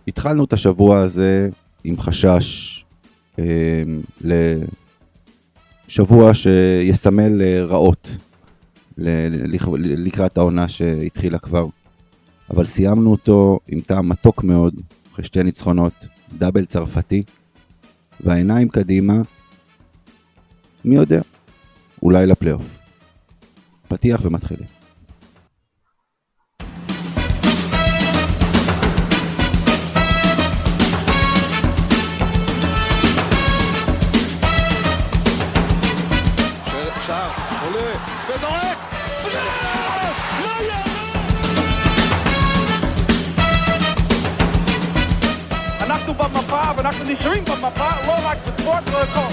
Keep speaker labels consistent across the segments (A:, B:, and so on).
A: התחלנו את השבוע הזה עם חשש לשבוע שיסמל רעות לקראת העונה שהתחילה כבר, אבל סיימנו אותו עם טעם מתוק מאוד, אחרי 2 ניצחונות, דאבל צרפתי, והעיניים קדימה, מי יודע, אולי לפלייאוף. פתיח ומתחילים.
B: אנחנו במפה ואנחנו נשארים במפה, לא רק בספורט, לא הכל.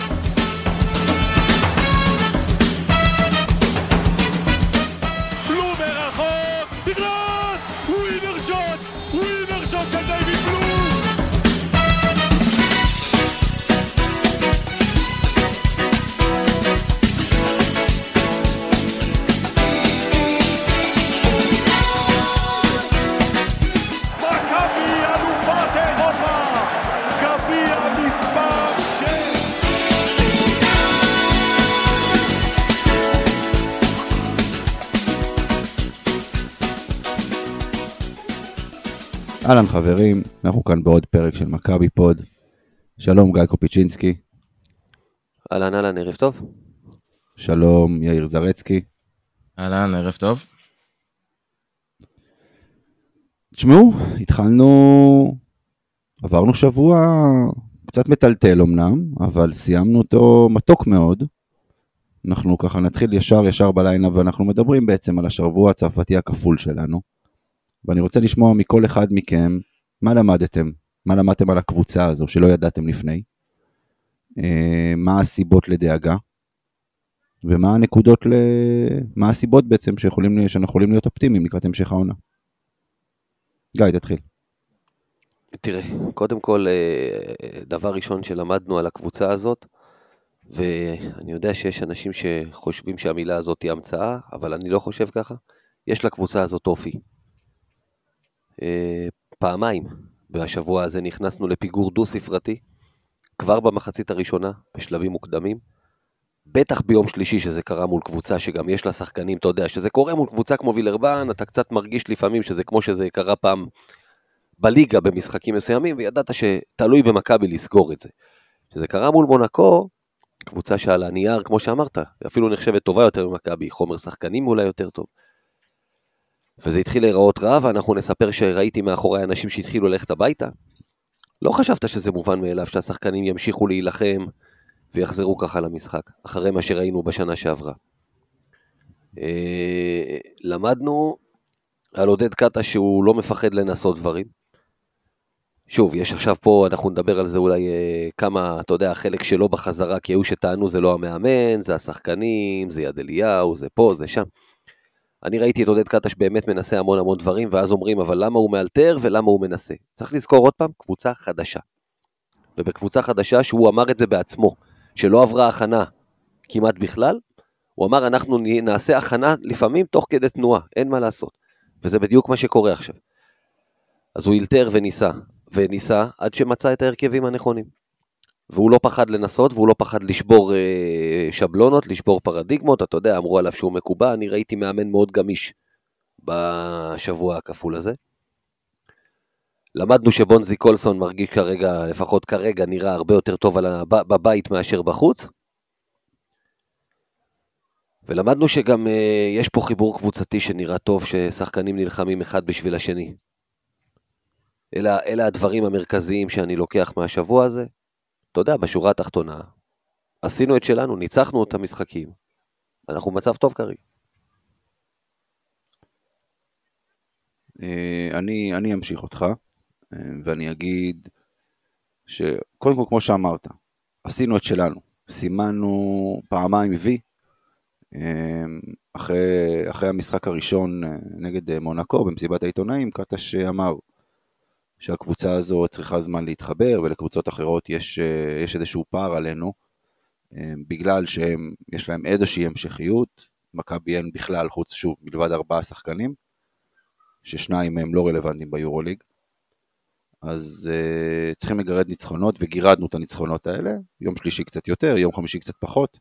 B: בלומר רחוק, תגלת! ווינר שוט של דיוויד בלום!
A: אהלן חברים, אנחנו כאן בעוד פרק של מכבי פוד. שלום גיא קופיצ'ינסקי.
C: אהלן, ערב טוב.
A: שלום יאיר זרצקי.
D: אהלן, ערב טוב.
A: תשמעו, עברנו שבוע קצת מטלטל אמנם, אבל סיימנו אותו מתוק מאוד. אנחנו ככה נתחיל ישר בלילה, ואנחנו מדברים בעצם על השבוע הצרפתי הכפול שלנו. ואני רוצה לשמוע מכל אחד מכם, מה למדתם? מה למדתם על הקבוצה הזו שלא ידעתם לפני? מה הסיבות לדאגה? ומה הנקודות מה הסיבות בעצם שאנחנו יכולים להיות אופטימיים לקראת המשך העונה? גיא, תתחיל.
C: תראה, קודם כל, דבר ראשון שלמדנו על הקבוצה הזאת, ואני יודע שיש אנשים שחושבים שהמילה הזאת היא המצאה, אבל אני לא חושב ככה. יש לקבוצה הזאת אופי. פעמיים בשבוע הזה נכנסנו לפיגור דו ספרתי, כבר במחצית הראשונה, בשלבים מוקדמים, בטח ביום שלישי שזה קרה מול קבוצה שגם יש לה שחקנים, אתה יודע, שזה קורה מול קבוצה כמו וילרבן, אתה קצת מרגיש לפעמים שזה כמו שזה קרה פעם בליגה במשחקים מסוימים, וידעת שתלוי במכבי לסגור את זה. שזה קרה מול מונקו, קבוצה שעל הנייר, כמו שאמרת, אפילו נחשבת טובה יותר ממכבי, חומר שחקנים אולי יותר טוב. וזה התחיל להיראות רע, ואנחנו נספר שראיתי מאחורי אנשים שהתחילו ללכת הביתה. לא חשבת שזה מובן מאליו שהשחקנים ימשיכו להילחם ויחזרו ככה למשחק, אחרי מה שראינו בשנה שעברה. למדנו על עודד קטה שהוא לא מפחד לנסות דברים. שוב, יש עכשיו פה, אנחנו נדבר על זה אולי כמה, אתה יודע, החלק שלו בחזרה, כי היו שטענו זה לא המאמן, זה השחקנים, זה יד אליהו, זה פה, זה שם. אני ראיתי את עודד קטש באמת מנסה המון דברים, ואז אומרים, אבל למה הוא מאלתר ולמה הוא מנסה? צריך לזכור עוד פעם, קבוצה חדשה. ובקבוצה חדשה שהוא אמר את זה בעצמו, שלא עברה הכנה כמעט בכלל, הוא אמר, אנחנו נעשה הכנה לפעמים תוך כדי תנועה, אין מה לעשות. וזה בדיוק מה שקורה עכשיו. אז הוא ילתר וניסה עד שמצא את ההרכבים הנכונים. והוא לא פחד לנסות, והוא לא פחד לשבור שבלונות, לשבור פרדיגמות, אתה יודע, אמרו עליו שהוא מקובע, אני ראיתי מאמן מאוד גמיש בשבוע הכפול הזה. למדנו שבונזי קולסון מרגיש כרגע, לפחות כרגע, נראה הרבה יותר טוב בבית מאשר בחוץ. ולמדנו שגם יש פה חיבור קבוצתי שנראה טוב, ששחקנים נלחמים אחד בשביל השני. אלה הדברים המרכזיים שאני לוקח מהשבוע הזה. אתה יודע, בשורה התחתונה, עשינו את שלנו, ניצחנו את המשחקים, אנחנו במצב טוב כרגע.
A: אני אמשיך אותך, ואני אגיד שקודם כל כמו שאמרת, עשינו את שלנו, סימנו פעמיים וי, אחרי המשחק הראשון נגד מונקו במסיבת העיתונאים, קטש אמר שהקבוצה הזו צריכה זמן להתחבר, ולקבוצות אחרות יש איזשהו פער עלינו, בגלל שיש להם איזושהי המשכיות, מכבי אין בכלל חוץ שוב מלבד 4 שחקנים, ששניים מהם לא רלוונטיים ביורוליג, אז צריכים לגרד ניצחונות, וגירדנו את הניצחונות האלה, יום שלישי קצת יותר, יום חמישי קצת פחות.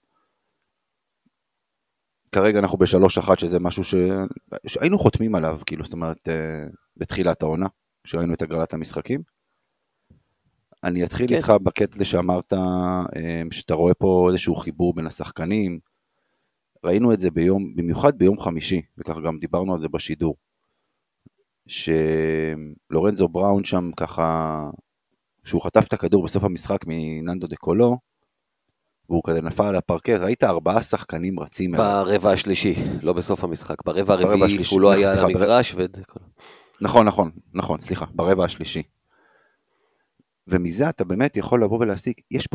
A: כרגע אנחנו ב3-1, שזה משהו שהיינו חותמים עליו, כאילו, זאת אומרת, בתחילת העונה, כשראינו את הגרלת המשחקים. אני אתחיל איתך בקטע שאמרת, שאתה רואה פה איזשהו חיבור בין השחקנים, ראינו את זה במיוחד ביום חמישי, וכך גם דיברנו על זה בשידור, שלורנזו בראון שם ככה, שהוא חטף את הכדור בסוף המשחק מננדו דקולו, והוא כזה נפל על הפרקט, ראית 4 שחקנים רצים.
C: ברבע השלישי, לא בסוף המשחק, ברבע הרביעי הוא לא היה על המגרש.
A: נכון, סליחה, ברבע השלישי. ומזה אתה באמת יכול לבוא ולהסיק, יש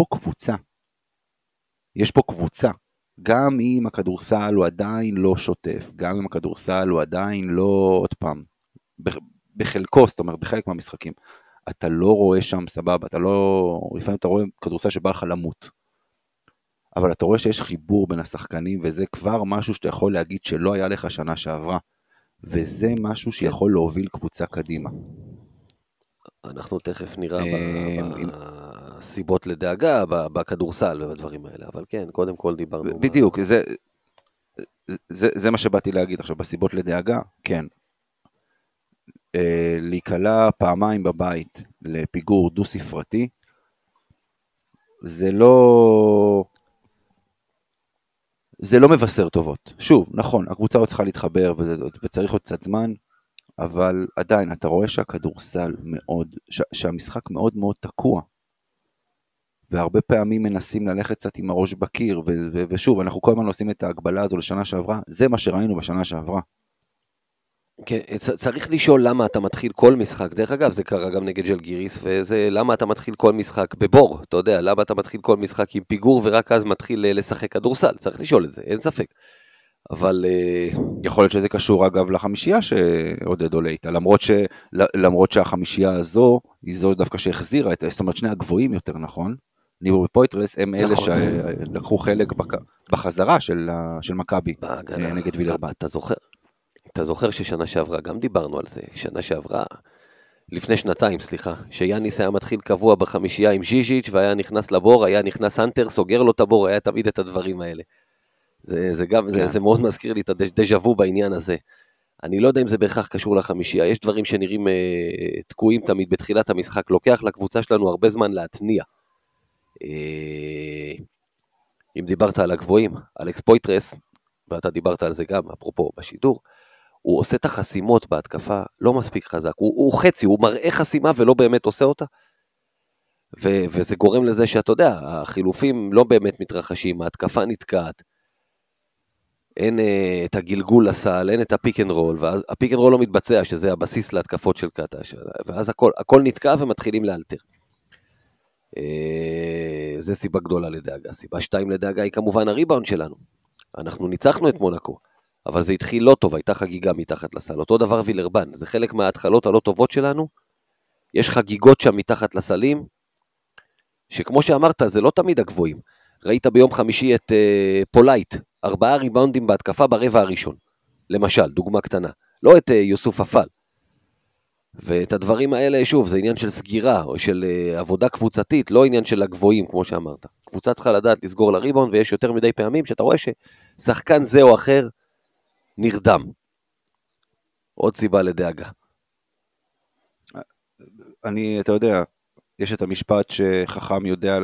A: פה קבוצה, גם אם הכדורסל הוא עדיין לא שוטף, גם אם הכדורסל הוא עדיין לא, עוד פעם, בחלקו, זאת אומרת, בחלק מהמשחקים, אתה לא רואה שם סבבה, לפעמים אתה רואה כדורסל שבא לך למות, אבל אתה רואה שיש חיבור בין השחקנים, וזה כבר משהו שאתה יכול להגיד שלא היה לך שנה שעברה, וזה משהו שיכול להוביל קבוצה קדימה.
C: אנחנו תכף נראה בסיבות לדאגה, בכדורסל ובדברים האלה, אבל כן, קודם כל דיברנו.
A: בדיוק, זה מה שבאתי להגיד עכשיו, בסיבות לדאגה, כן. להיקלה פעמיים בבית לפיגור דו ספרתי, זה לא מבשר טובות. שוב, נכון, הקבוצה עוד צריכה להתחבר וצריך עוד קצת זמן, אבל עדיין אתה רואה שהכדורסל מאוד, שהמשחק מאוד מאוד תקוע, והרבה פעמים מנסים ללכת קצת עם הראש בקיר, ושוב, אנחנו כל הזמן עושים את ההגבלה הזו לשנה שעברה, זה מה שראינו בשנה שעברה.
C: כן, צריך לשאול למה אתה מתחיל כל משחק, דרך אגב זה קרה גם נגד ג'לגיריס, וזה למה אתה מתחיל כל משחק בבור, אתה יודע, למה אתה מתחיל כל משחק עם פיגור, ורק אז מתחיל לשחק כדורסל, צריך לשאול את זה, אין ספק. אבל
A: יכול להיות שזה קשור אגב לחמישייה שעודד עולה איתה, למרות שהחמישייה הזו, היא זו דווקא שהחזירה, זאת אומרת שני הגבוהים יותר, נכון? ניבו ופויטרס הם אלה שלקחו חלק בחזרה של מכבי נגד וילרבן.
C: אתה זוכר ששנה שעברה, גם דיברנו על זה, שנה שעברה, לפני שנתיים, סליחה, שיאניס היה מתחיל קבוע בחמישייה עם ז'יז'יץ' והיה נכנס לבור, היה נכנס אנטר, סוגר לו את הבור, היה תמיד את הדברים האלה. זה מאוד מזכיר לי את הדז'אבו בעניין הזה. אני לא יודע אם זה בהכרח קשור לחמישייה, יש דברים שנראים תקועים תמיד בתחילת המשחק, לוקח לקבוצה שלנו הרבה זמן להתניע. אם דיברת על הגבוהים, אלכס פויטרס, ואתה דיברת על זה גם, אפרופו בשידור, הוא עושה את החסימות בהתקפה לא מספיק חזק, הוא חצי, הוא מראה חסימה ולא באמת עושה אותה, וזה גורם לזה שאתה יודע, החילופים לא באמת מתרחשים, ההתקפה נתקעת, אין את הגלגול לסל, אין את הפיק אנד רול, ואז הפיק אנד רול לא מתבצע, שזה הבסיס להתקפות של קאטה, ואז הכל נתקע ומתחילים לאלתר. זה סיבה גדולה לדאגה. סיבה 2 לדאגה היא כמובן הריבאונד שלנו. אנחנו ניצחנו את מונקו, אבל זה התחיל לא טוב, הייתה חגיגה מתחת לסל. אותו דבר וילרבן, זה חלק מההתחלות הלא טובות שלנו. יש חגיגות שם מתחת לסלים, שכמו שאמרת, זה לא תמיד הגבוהים. ראית ביום חמישי את פולייט, 4 ריבאונדים בהתקפה ברבע הראשון. למשל, דוגמה קטנה. לא את יוסוף אפל. ואת הדברים האלה, שוב, זה עניין של סגירה, או של עבודה קבוצתית, לא עניין של הגבוהים, כמו שאמרת. קבוצה צריכה לדעת לסגור לריבאונד, ויש יותר מדי פעמים שאתה רואה ששחקן זה או אחר נרדם. עוד סיבה לדאגה.
A: אתה יודע, יש את המשפט שחכם יודע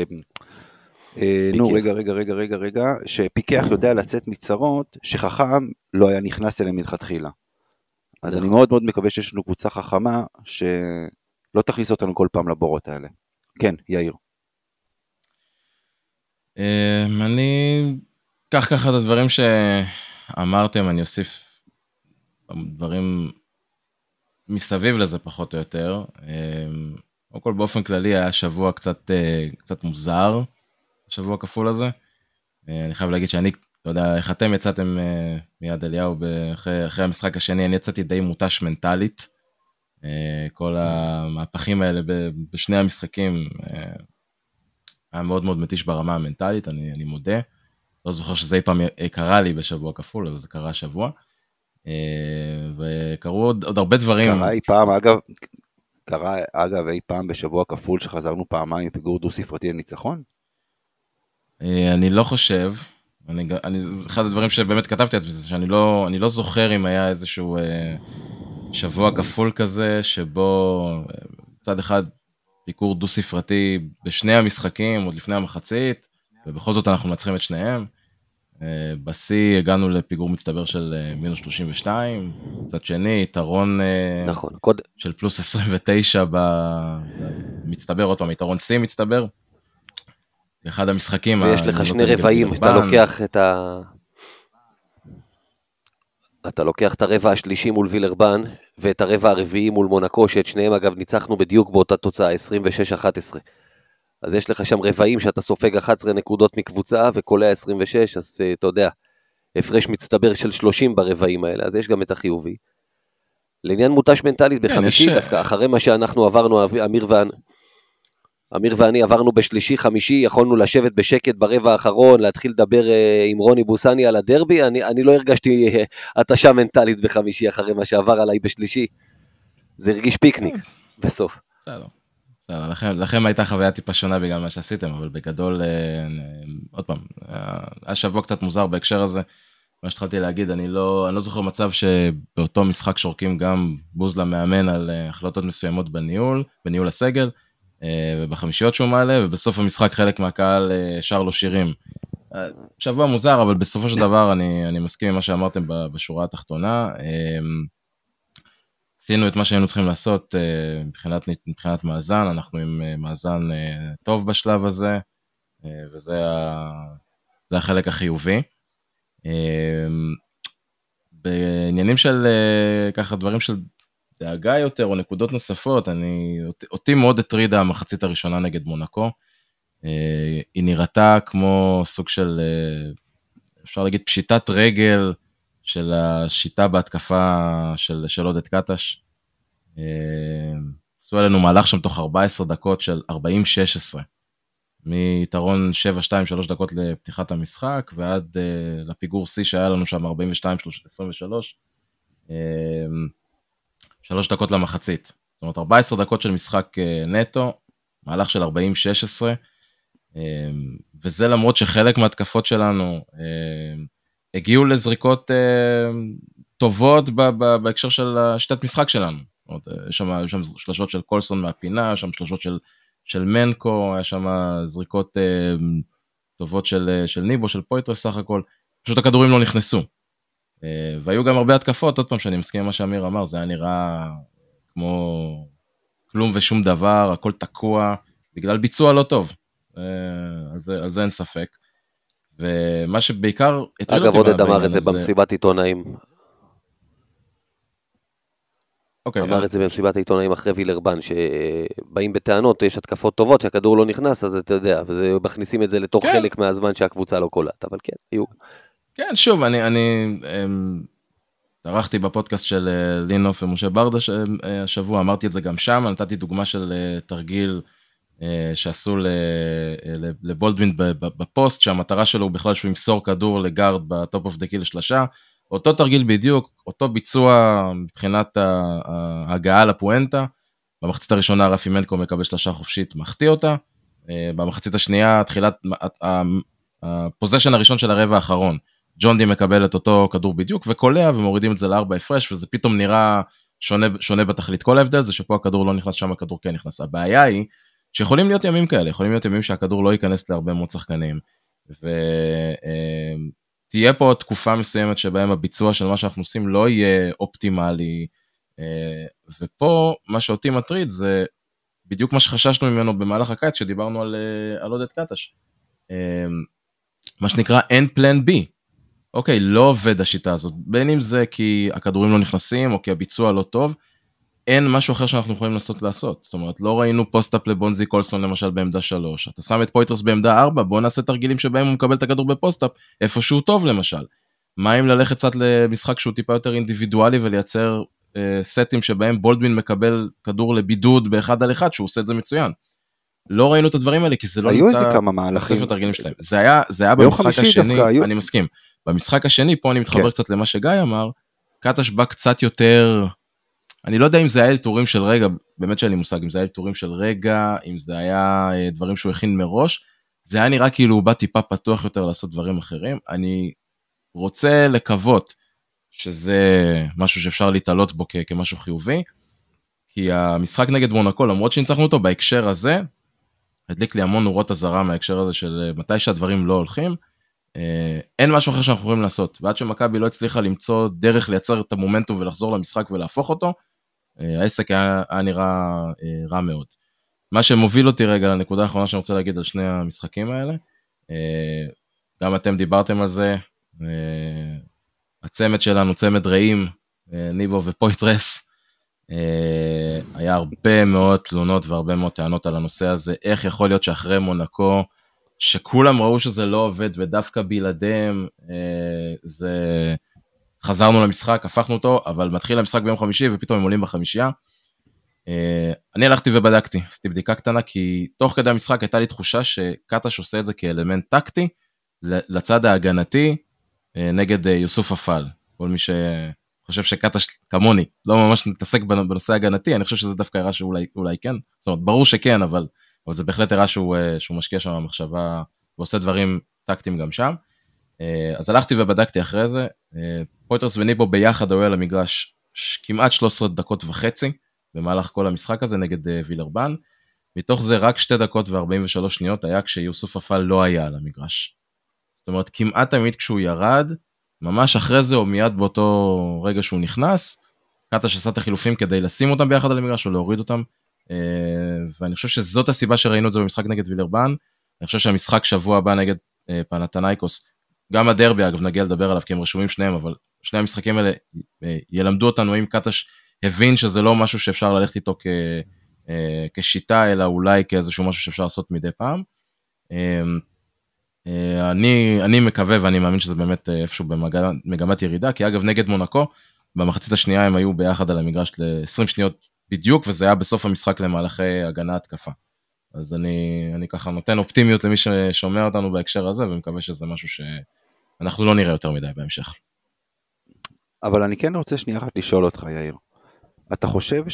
A: רגע, שפיקח יודע לצאת מצרות, שחכם לא היה נכנס אליהם מלכתחילה. אז אני מאוד מאוד מקווה שיש לנו קבוצה חכמה, שלא תכניס אותנו כל פעם לבורות האלה. כן, יאיר.
D: אני כך את הדברים שאמרתם, אני אוסיף דברים מסביב לזה פחות או יותר. קודם כל באופן כללי היה שבוע קצת מוזר, השבוע הכפול הזה. אני חייב להגיד שאני, לא יודע, איך אתם יצאתם מיד אליהו אחרי המשחק השני, אני יצאתי די מוטש מנטלית. כל המהפכים האלה בשני המשחקים היה מאוד מאוד מתיש ברמה המנטלית, אני מודה. לא זוכר שזה אי פעם קרה לי בשבוע כפול, אבל זה קרה השבוע. וקרו עוד הרבה דברים.
A: קרה אי פעם, אגב, קרה, אגב, אי פעם בשבוע כפול שחזרנו פעמיים פיגור דו ספרתי לניצחון?
D: אני לא חושב, אחד הדברים שבאמת כתבתי על זה, שאני לא זוכר אם היה איזשהו שבוע כפול כזה, שבו צד אחד פיגור דו ספרתי בשני המשחקים, עוד לפני המחצית, ובכל זאת אנחנו מנצחים את שניהם. בסי הגענו לפיגור מצטבר של מינוס 32, צד שני, יתרון
C: נכון,
D: של פלוס 29 במצטבר, עוד פעם, יתרון C מצטבר. באחד המשחקים.
C: ויש לך שני רבעים, אתה לוקח את הרבע השלישי מול וילרבן, ואת הרבע הרביעי מול מונקו, שאת שניהם אגב ניצחנו בדיוק באותה תוצאה, 26-11. אז יש לך שם רבעים שאתה סופג 11 נקודות מקבוצה, וקולע 26, אז אתה יודע, הפרש מצטבר של 30 ברבעים האלה, אז יש גם את החיובי. לעניין מוטש מנטלית בחמישי, דווקא אחרי מה שאנחנו עברנו, אמיר ואני עברנו בשלישי חמישי, יכולנו לשבת בשקט ברבע האחרון, להתחיל לדבר עם רוני בוסני על הדרבי, אני לא הרגשתי התשה מנטלית בחמישי אחרי מה שעבר עליי בשלישי, זה הרגיש פיקניק בסוף.
D: לכם הייתה חוויה טיפה שונה בגלל מה שעשיתם, אבל בגדול, עוד פעם, השבוע קצת מוזר בהקשר הזה, מה שהתחלתי להגיד, אני לא זוכר מצב שבאותו משחק שורקים גם בוז למאמן על החלטות מסוימות בניהול הסגל, ובחמישיות שהוא מעלה, ובסוף המשחק חלק מהקהל שר לו שירים. שבוע מוזר, אבל בסופו של דבר אני מסכים עם מה שאמרתם בשורה התחתונה. עשינו את מה שהיינו צריכים לעשות מבחינת מאזן, אנחנו עם מאזן טוב בשלב הזה, וזה החלק החיובי. בעניינים של ככה דברים של דאגה יותר או נקודות נוספות, אותי מאוד הטרידה המחצית הראשונה נגד מונקו, היא נראתה כמו סוג של, אפשר להגיד, פשיטת רגל של השיטה בהתקפה של עודד קטש, עשו עלינו מהלך שם תוך 14 דקות של 40-16, מיתרון 7-2-3 דקות לפתיחת המשחק, ועד לפיגור C שהיה לנו שם 42-23, 3 דקות למחצית. זאת אומרת, 14 דקות של משחק נטו, מהלך של 40-16, וזה למרות שחלק מהתקפות שלנו הגיעו לזריקות טובות בהקשר של השיטת משחק שלנו. יש שם שלשות של קולסון מהפינה, יש שם שלשות של מנקו, יש שם זריקות טובות של ניבו, של פויטרס סך הכל, פשוט הכדורים לא נכנסו. והיו גם הרבה התקפות, עוד פעם שאני מסכים עם מה שאמיר אמר, זה היה נראה כמו כלום ושום דבר, הכל תקוע, בגלל ביצוע לא טוב, על זה אין ספק. ומה שבעיקר...
C: אגב, עודד אמר את זה במסיבת עיתונאים. אמר את זה במסיבת העיתונאים אחרי וילרבן, שבאים בטענות, יש התקפות טובות, שהכדור לא נכנס, אז אתה יודע, ומכניסים את זה לתוך חלק מהזמן שהקבוצה לא קולט, אבל כן, היו...
D: כן, שוב, אני ערכתי בפודקאסט של לינוף ומשה ברדה השבוע, אמרתי את זה גם שם, נתתי דוגמה של תרגיל שעשו לבולדווין בפוסט, שהמטרה שלו הוא בכלל שהוא ימסור כדור לגארד בטופ אוף דה קי לשלשה, אותו תרגיל בדיוק, אותו ביצוע מבחינת ההגעה לפואנטה, במחצית הראשונה רפי מנקו מקבל שלשה חופשית, מחטיא אותה, במחצית השנייה, תחילת הפוזיישן הראשון של הרבע האחרון, ג'ון די מקבל את אותו כדור בדיוק, וקולע ומורידים את זה ל4 הפרש, וזה פתאום נראה שונה בתכלית. כל ההבדל זה שפה הכדור לא נכנס, שם הכדור כן נכנס. הבעיה היא שיכולים להיות ימים כאלה, יכולים להיות ימים שהכדור לא ייכנס להרבה מאוד שחקנים, ותהיה פה תקופה מסוימת שבהם הביצוע של מה שאנחנו עושים לא יהיה אופטימלי, ופה מה שאותי מטריד זה בדיוק מה שחששנו ממנו במהלך הקיץ, שדיברנו על עודד קטש. מה שנקרא אין פלן בי. אוקיי, לא עובד השיטה הזאת, בין אם זה כי הכדורים לא נכנסים, או כי הביצוע לא טוב, אין משהו אחר שאנחנו יכולים לעשות. זאת אומרת, לא ראינו פוסט-אפ לבונזי קולסון למשל בעמדה 3, אתה שם את פויטרס בעמדה 4, בוא נעשה תרגילים שבהם הוא מקבל את הכדור בפוסט-אפ, איפה שהוא טוב למשל. מה אם ללכת קצת למשחק שהוא טיפה יותר אינדיבידואלי, ולייצר סטים שבהם בולדווין מקבל כדור לבידוד באחד על אחד, שהוא עושה את זה מצוין. לא ראינו את הדברים האלה, כי זה לא נמצא בספר תרגילים שלהם. זה היה במשחק השני, אני מסכים. במשחק השני, פה אני מתחבר קצת למה שגיא אמר, קטש בא קצת יותר, אני לא יודע אם זה היה אלתורים של רגע, באמת שאין לי מושג, אם זה היה אלתורים של רגע, אם זה היה דברים שהוא הכין מראש, זה היה נראה כאילו הוא בא טיפה פתוח יותר לעשות דברים אחרים. אני רוצה לקוות שזה משהו שאפשר להתעלות בו כמשהו חיובי, כי המשחק נגד מונקו, למרות שניצחנו אותו בהקשר הזה, הדליק לי המון נורות הזרה מההקשר הזה של מתי שהדברים לא הולכים, אין משהו אחר שאנחנו יכולים לעשות, ועד שמכבי לא הצליחה למצוא דרך לייצר את המומנטום ולחזור למשחק ולהפוך אותו, העסק היה נראה רע מאוד. מה שמוביל אותי רגע לנקודה האחרונה שאני רוצה להגיד על שני המשחקים האלה, גם אתם דיברתם על זה, הצמד שלנו, צמד רעים, ניבו ופויטרס, היה הרבה מאוד תלונות והרבה מאוד טענות על הנושא הזה, איך יכול להיות שאחרי מונקו, שכולם ראו שזה לא עובד, ודווקא בלעדיהם, חזרנו למשחק, הפכנו אותו, אבל מתחיל המשחק ביום חמישי, ופתאום הם עולים בחמישייה. אני הלכתי ובדקתי, עשיתי בדיקה קטנה, כי תוך כדי המשחק הייתה לי תחושה שקטש עושה את זה כאלמנט טקטי, לצד ההגנתי, נגד יוסוף אפל. כל מי שחושב שקטש כמוני, לא ממש מתעסק בנושא ההגנתי, אני חושב שזה דווקא הראה שאולי כן, זאת אומרת, ברור שכן, אבל זה בהחלט הראה שהוא משקיע שם במחשבה, ועושה דברים טקטיים גם שם. אז הלכתי ובדקתי אחרי זה, פויטרס וניבו ביחד היו על המגרש כמעט 13 דקות וחצי, במהלך כל המשחק הזה נגד וילרבן, מתוך זה רק 2 דקות ו43 שניות היה כשיוסוף אפל לא היה על המגרש. זאת אומרת, כמעט תמיד כשהוא ירד, ממש אחרי זה או מיד באותו רגע שהוא נכנס, קטש עשה את החילופים כדי לשים אותם ביחד על המגרש או להוריד אותם, ואני חושב שזאת הסיבה שראינו את זה במשחק נגד וילרבן, אני חושב שהמשחק שבוע הבא נגד פנתנייקוס, גם הדרבי אגב נגיע לדבר עליו כי הם רשומים שניהם, אבל שני המשחקים האלה ילמדו אותנו אם קטש הבין שזה לא משהו שאפשר ללכת איתו כשיטה, אלא אולי כאיזשהו משהו שאפשר לעשות מדי פעם. אני מקווה ואני מאמין שזה באמת איפשהו במגמת ירידה, כי אגב נגד מונקו, במחצית השנייה הם היו ביחד על המגרש ל-20 שניות בדיוק, וזה היה בסוף המשחק למהלכי הגנה התקפה. אז אני ככה נותן אופטימיות למי ששומע אותנו בהקשר הזה, ומקווה שזה משהו שאנחנו לא נראה יותר מדי בהמשך.
A: אבל אני כן רוצה שנייה אחת לשאול אותך, יאיר. אתה חושב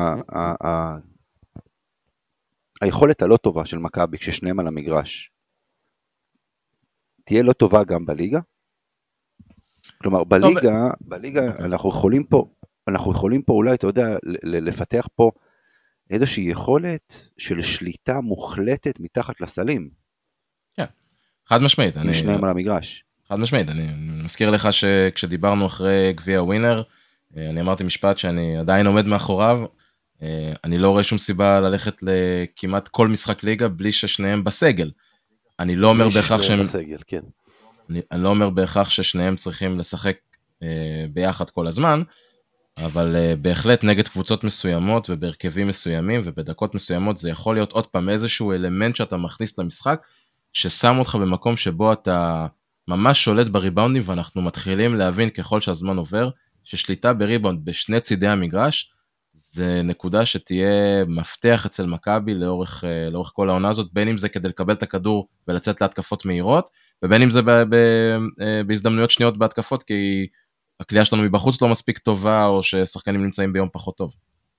A: היכולת הלא טובה של מכבי, כששניהם על המגרש, תהיה לא טובה גם בליגה? כלומר, בליגה אנחנו יכולים פה אולי, אתה יודע, לפתח פה איזושהי יכולת של שליטה מוחלטת מתחת לסלים.
D: כן, חד משמעית.
A: עם שניהם על המגרש.
D: חד משמעית, אני מזכיר לך שכשדיברנו אחרי גביע ווינר, אני אמרתי משפט שאני עדיין עומד מאחוריו, אני לא רואה שום סיבה ללכת לכמעט כל משחק ליגה בלי ששניהם בסגל. אני לא אומר בהכרח שהם...
C: בסגל, כן.
D: אני לא אומר בהכרח ששניהם צריכים לשחק ביחד כל הזמן, אבל בהחלט נגד קבוצות מסוימות ובהרכבים מסוימים ובדקות מסוימות זה יכול להיות עוד פעם איזשהו אלמנט שאתה מכניס למשחק, ששם אותך במקום שבו אתה ממש שולט בריבאונדים, ואנחנו מתחילים להבין ככל שהזמן עובר, ששליטה בריבאונד בשני צידי המגרש, זה נקודה שתהיה מפתח אצל מכבי לאורך כל העונה הזאת, בין אם זה כדי לקבל את הכדור ולצאת להתקפות מהירות, ובין אם זה בהזדמנויות שניות בהתקפות, כי הקליעה שלנו מבחוץ לא מספיק טובה, או ששחקנים נמצאים ביום פחות טוב.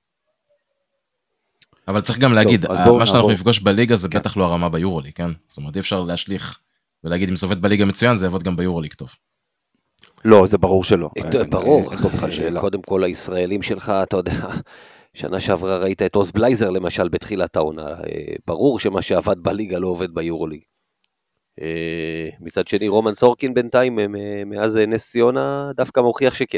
D: אבל צריך גם להגיד, מה שאנחנו נפגוש בליגה זה בטח לא הרמה ביורוליג, כן? זאת אומרת, אי אפשר להשליך ולהגיד אם זה עובד בליגה מצוין, זה יעבוד גם ביורוליג טוב.
A: לא, זה ברור שלא.
C: ברור, קודם כל הישראלים שלך, אתה יודע, שנה שעברה ראית את עוז בלייזר למשל בתחילת העונה, ברור שמה שעבד בליגה לא עובד ביורוליג. מצד שני רומן סורקין בינתיים, מאז נס ציונה, דווקא מוכיח שכן.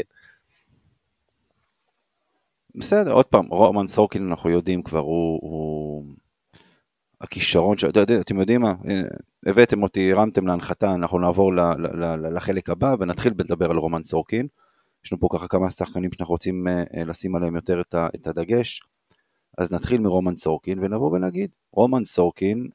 A: בסדר, עוד פעם, רומן סורקין אנחנו יודעים כבר, הוא הכישרון, אתם יודעים מה, הבאתם אותי, הרמתם להנחתה, אנחנו נעבור לחלק הבא, ונתחיל לדבר על רומן סורקין, יש לנו פה ככה כמה שחקנים שאנחנו רוצים לשים עליהם יותר את הדגש, אז נתחיל מרומן סורקין, ונבוא ונגיד, רומן סורקין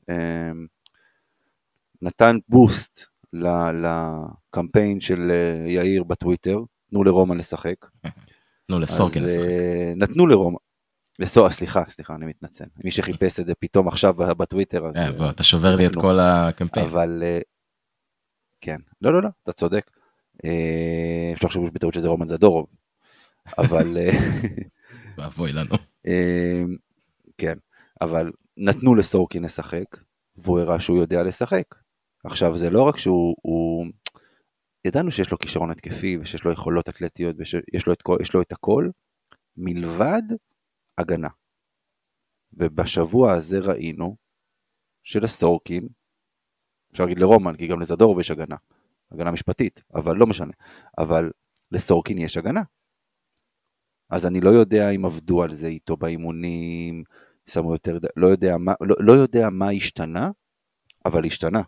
A: נתן בוסט לקמפיין של יאיר בטוויטר, תנו לרומן לשחק,
D: תנו לסורקין לשחק.
A: נתנו לרומן, סליחה, אני מתנצל. מי שחיפש את זה פתאום עכשיו בטוויטר.
D: אתה שובר לי את כל הקמפיין.
A: אבל, כן, לא, אתה צודק. אפשר לחשוב בטעות שזה רומן זדורוב. אבל...
D: ואבוי לנו.
A: כן, אבל נתנו לסורקין לשחק, והוא הראה שהוא יודע לשחק. עכשיו, זה לא רק שהוא ידענו שיש לו כישרון התקפי, ושיש לו יכולות אתלטיות, ויש לו את הכל, מלבד הגנה. ובשבוע הזה ראינו, שלסורקין, אפשר להגיד לרומן, כי גם לזדורוב יש הגנה משפטית, אבל לא משנה, אבל לסורקין יש הגנה. אז אני לא יודע אם עבדו על זה איתו באימונים, שמו יותר, לא יודע מה השתנה, אבל השתנה.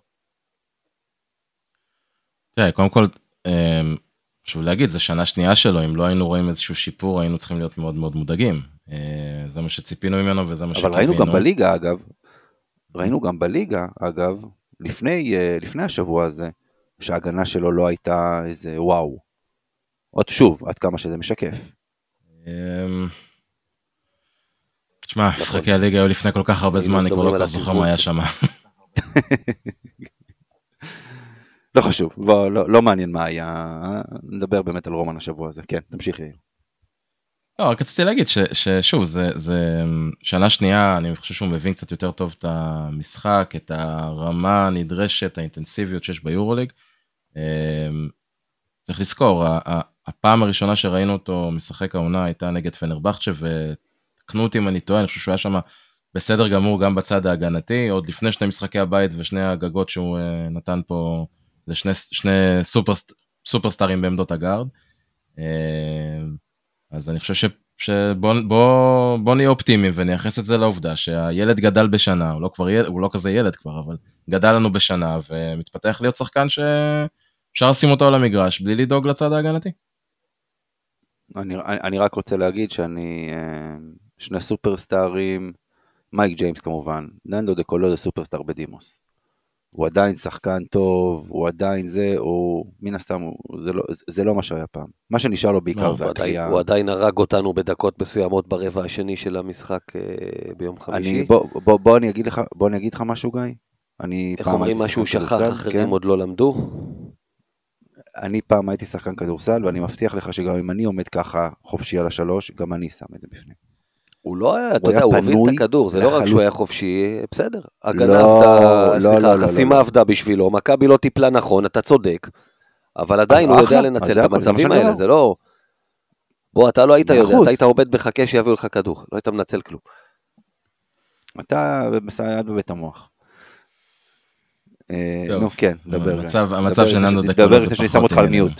D: תראה, קודם כל, שוב להגיד, זה שנה שנייה שלו, אם לא היינו רואים איזשהו שיפור, היינו צריכים להיות מאוד מאוד מודאגים. זה מה שציפינו ממנו וזה מה שקיווינו.
A: אבל ראינו גם בליגה, אגב, לפני השבוע הזה, שההגנה שלו לא הייתה איזה וואו. עוד שוב, עד כמה שזה משקף.
D: תשמע, משחקי הליגה היו לפני כל כך הרבה זמן, אני כבר לא זוכר מה היה שם.
A: לא חשוב, לא מעניין מה היה, נדבר באמת על רומן השבוע הזה, כן, תמשיך יאיר.
D: לא, רק רציתי להגיד ששוב, זה שנה שנייה, אני חושב שהוא מבין קצת יותר טוב את המשחק, את הרמה הנדרשת, האינטנסיביות שיש ביורוליג. צריך לזכור, הפעם הראשונה שראינו אותו משחק העונה הייתה נגד פנרבחצ'ה, ותקנו אותי אם אני טועה, אני חושב שהוא היה שם בסדר גמור גם בצד ההגנתי, עוד לפני שני משחקי הבית ושני הגגות שהוא נתן פה, זה שני סופרסטארים בעמדות הגארד. אז אני חושב שבוא נהיה אופטימיים ונייחס את זה לעובדה שהילד גדל בשנה, הוא לא כזה ילד כבר, אבל גדל לנו בשנה ומתפתח להיות שחקן שאפשר לשים אותו על המגרש בלי לדאוג לצד ההגנתי.
A: אני רק רוצה להגיד שאני שני סופרסטארים, מייק ג'יימס כמובן, ננדו דה קולו זה סופרסטאר בדימוס. הוא עדיין שחקן טוב, הוא עדיין זה, הוא מן הסתם, זה לא מה שהיה פעם. מה שנשאר לו בעיקר זה הקריאה.
C: הוא עדיין הרג אותנו בדקות מסוימות ברבע השני של המשחק ביום חמישי.
A: בוא אני אגיד לך משהו גיא.
C: איך אומרים משהו שכח, אחרים עוד לא למדו?
A: אני פעם הייתי שחקן כדורסל, ואני מבטיח לך שגם אם אני עומד ככה חופשי על השלוש, גם אני שם את זה בפנים.
C: הוא לא היה, אתה יודע, הוא הוביל את הכדור, זה לא רק שהוא היה חופשי, בסדר. הגנה עבדה, סליחה, החסימה עבדה בשבילו, מכבי לא טיפלה נכון, אתה צודק, אבל עדיין הוא יודע לנצל את המצבים האלה, זה לא... בוא, אתה לא היית יודע, אתה היית עובד בחכה שיביאו לך כדור, לא היית מנצל כלום.
A: אתה מסייד בבית המוח. נו, כן, דבר.
D: המצב שלנו זה כבר זה פחות עניין.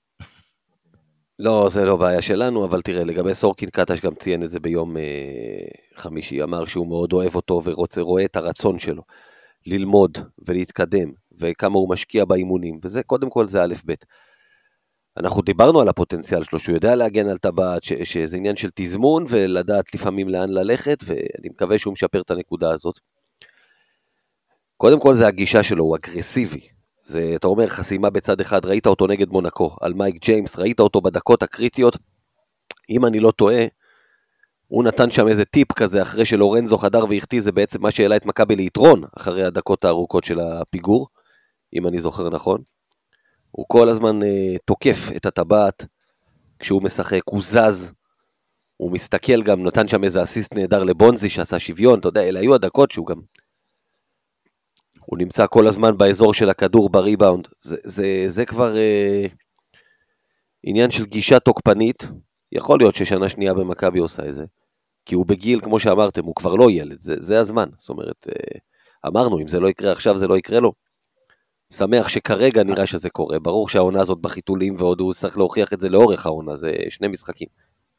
C: לא, זה לא בעיה שלנו, אבל תראה, לגבי סורקין קטש גם ציין את זה ביום חמישי, אמר שהוא מאוד אוהב אותו ורואה את הרצון שלו ללמוד ולהתקדם, וכמה הוא משקיע באימונים, וזה קודם כל זה א' ב'. אנחנו דיברנו על הפוטנציאל שלו, שהוא יודע להגן על טבעת, שזה עניין של תזמון, ולדעת לפעמים לאן ללכת, ואני מקווה שהוא משפר את הנקודה הזאת. קודם כל זה הגישה שלו, הוא אגרסיבי. זה, אתה אומר, חסימה בצד אחד, ראית אותו נגד מונקו, על מייק ג'יימס, ראית אותו בדקות הקריטיות, אם אני לא טועה, הוא נתן שם איזה טיפ כזה, אחרי שלורנזו חדר והחטיא, זה בעצם מה שהעלה את מכבי ליתרון, אחרי הדקות הארוכות של הפיגור, אם אני זוכר נכון. הוא כל הזמן תוקף את הטבעת, כשהוא משחק, הוא זז, הוא מסתכל גם, נתן שם איזה אסיסט נהדר לבונזי, שעשה שוויון, אתה יודע, אלה היו הדקות שהוא גם... הוא נמצא כל הזמן באזור של הכדור בריבאונד, זה כבר עניין של גישה תוקפנית, יכול להיות ששנה שנייה במכבי עושה את זה, כי הוא בגיל, כמו שאמרתם, הוא כבר לא ילד, זה הזמן, זאת אומרת, אמרנו, אם זה לא יקרה עכשיו, זה לא יקרה לו, שמח שכרגע נראה שזה קורה, ברור שהעונה הזאת בחיתולים, ועוד הוא צריך להוכיח את זה לאורך העונה, זה שני משחקים.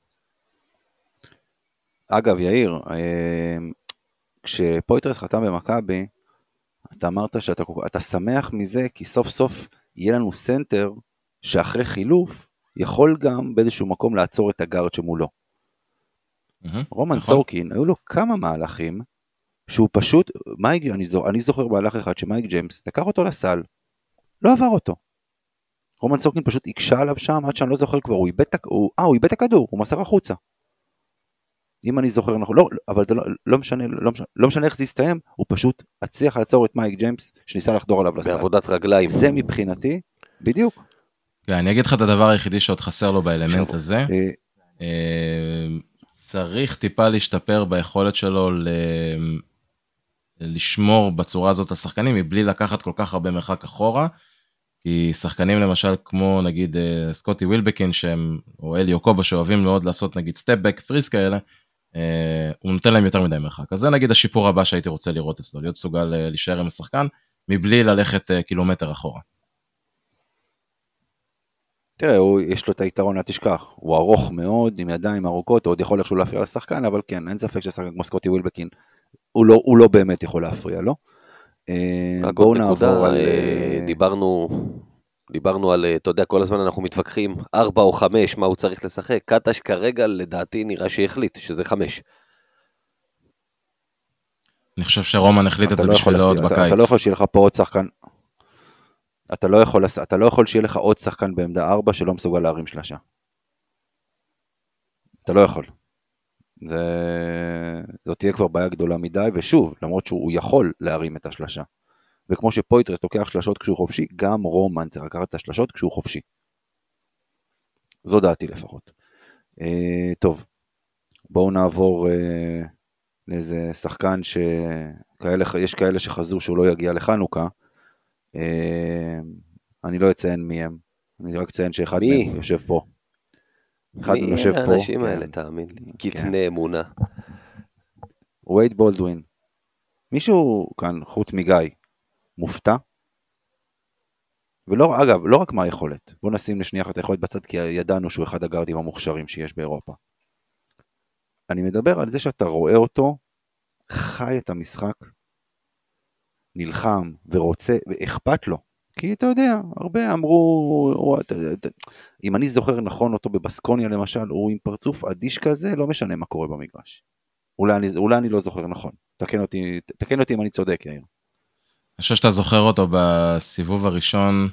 A: אגב, יאיר, כשפויטרס חתם במכבי, אתה אמרת שאתה שמח מזה, כי סוף סוף יהיה לנו סנטר, שאחרי חילוף, יכול גם באיזשהו מקום לעצור את הגארד שמולו. רומן סורקין, היו לו כמה מהלכים, שהוא פשוט, אני זוכר מהלך אחד שמייק ג'יימס, לקח אותו לסל, לא עבר אותו. רומן סורקין פשוט הקשה עליו שם, עד שאני לא זוכר כבר, הוא איבד את הכדור, הוא מסר החוצה. אם אני זוכר נכון, אבל לא משנה איך זה יסתיים, הוא פשוט הצליח לעצור את מייק ג'יימס, שניסה לחדור עליו לסל.
C: בעבודת רגליים.
A: זה מבחינתי, בדיוק.
D: אני אגיד לך את הדבר היחידי שעוד חסר לו באלמנט הזה, צריך טיפה להשתפר ביכולת שלו לשמור בצורה הזאת על שחקנים, מבלי לקחת כל כך הרבה מרחק אחורה, כי שחקנים למשל כמו נגיד סקוטי ווילבקין, או אלי קובה שאוהבים מאוד לעשות נגיד סטפ-בק פריס כאלה, הוא נותן להם יותר מדי מרחק. אז זה נגיד השיפור הבא שהייתי רוצה לראות אצלו, להיות מסוגל להישאר עם השחקן, מבלי ללכת קילומטר אחורה.
A: תראה, יש לו את היתרון, אל תשכח, הוא ארוך מאוד, עם ידיים ארוכות, הוא עוד יכול איכשהו להפריע לשחקן, אבל כן, אין ספק ששחקן כמו סקוטי ווילבקין, הוא לא באמת יכול להפריע, לא?
C: בואו נעבור על... דיברנו על, אתה יודע, כל הזמן אנחנו מתווכחים, 4 או 5, מה הוא צריך לשחק, קטש כרגע לדעתי נראה שהחליט, שזה 5.
D: אני חושב שרומן החליט את זה בשבילו עוד בקיץ.
A: אתה לא יכול שיהיה לך פה עוד שחקן, אתה לא יכול שיהיה לך עוד שחקן בעמדה 4 שלא מסוגל להרים שלשה. אתה לא יכול. זאת תהיה כבר בעיה גדולה מדי, ושוב, למרות שהוא יכול להרים את השלשה. וכמו שפויטרס לוקח שלשות כשהוא חופשי, גם רומן צריך לקחת את השלשות כשהוא חופשי. זו דעתי לפחות. טוב, בואו נעבור לאיזה שחקן יש כאלה שחזו שהוא לא יגיע לחנוכה. אני לא אציין מי הם, אני רק אציין שאחד מהם יושב פה.
C: מי האנשים האלה, תאמין לי? קטני אמונה.
A: וייד בולדווין. מישהו כאן, חוץ מגיא, מופתע? ולא, אגב, לא רק מה היכולת. בוא נשים לשנייה אחת היכולת בצד, כי ידענו שהוא אחד הגארדים המוכשרים שיש באירופה. אני מדבר על זה שאתה רואה אותו, חי את המשחק, נלחם ורוצה, ואכפת לו. כי אתה יודע, הרבה אמרו, אם אני זוכר נכון אותו בבסקוניה למשל, הוא עם פרצוף אדיש כזה, לא משנה מה קורה במגרש. אולי אני לא זוכר נכון. תקן אותי אם אני צודק, יאיר.
D: אני חושב שאתה זוכר אותו בסיבוב הראשון,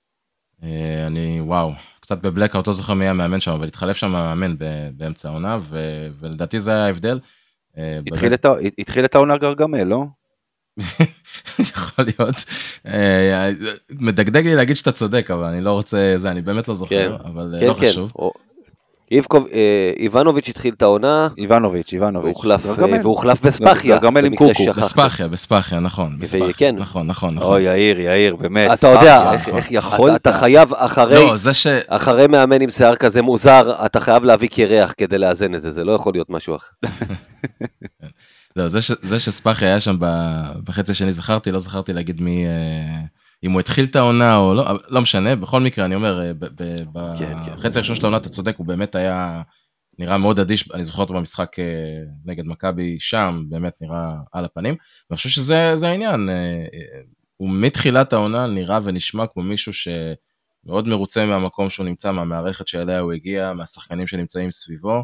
D: וואו, קצת בבלקאוט, לא זוכר מי המאמן שם, אבל התחלף שם המאמן באמצע העונה, ולדעתי זה היה ההבדל.
A: התחיל את העונה גרגמל, לא?
D: יכול להיות. מדגדג לי להגיד שאתה צודק, אבל אני לא רוצה, אני באמת לא זוכר, אבל לא חשוב.
C: איבנוביץ' התחיל את העונה, והוחלף בספחיה,
D: בספחיה, נכון, נכון.
A: אוי, יאיר, באמת,
C: אתה יודע,
A: איך יכולת?
C: אתה חייב אחרי מאמן עם שיער כזה מוזר, אתה חייב להביא קרח כדי לאזן את זה, זה לא יכול להיות משהו אחר.
D: לא, זה שספחיה היה שם בחצי השני, לא זכרתי להגיד מי, אם הוא התחיל את העונה או לא, לא משנה, בכל מקרה אני אומר, בחצי הראשון של העונה אתה צודק, הוא באמת היה נראה מאוד אדיש, אני זוכר אותו במשחק נגד מכבי שם, באמת נראה על הפנים, ואני חושב שזה העניין, הוא מתחילת העונה נראה ונשמע כמו מישהו שמאוד מרוצה מהמקום שהוא נמצא, מהמערכת שאליה הוא הגיע, מהשחקנים שנמצאים סביבו,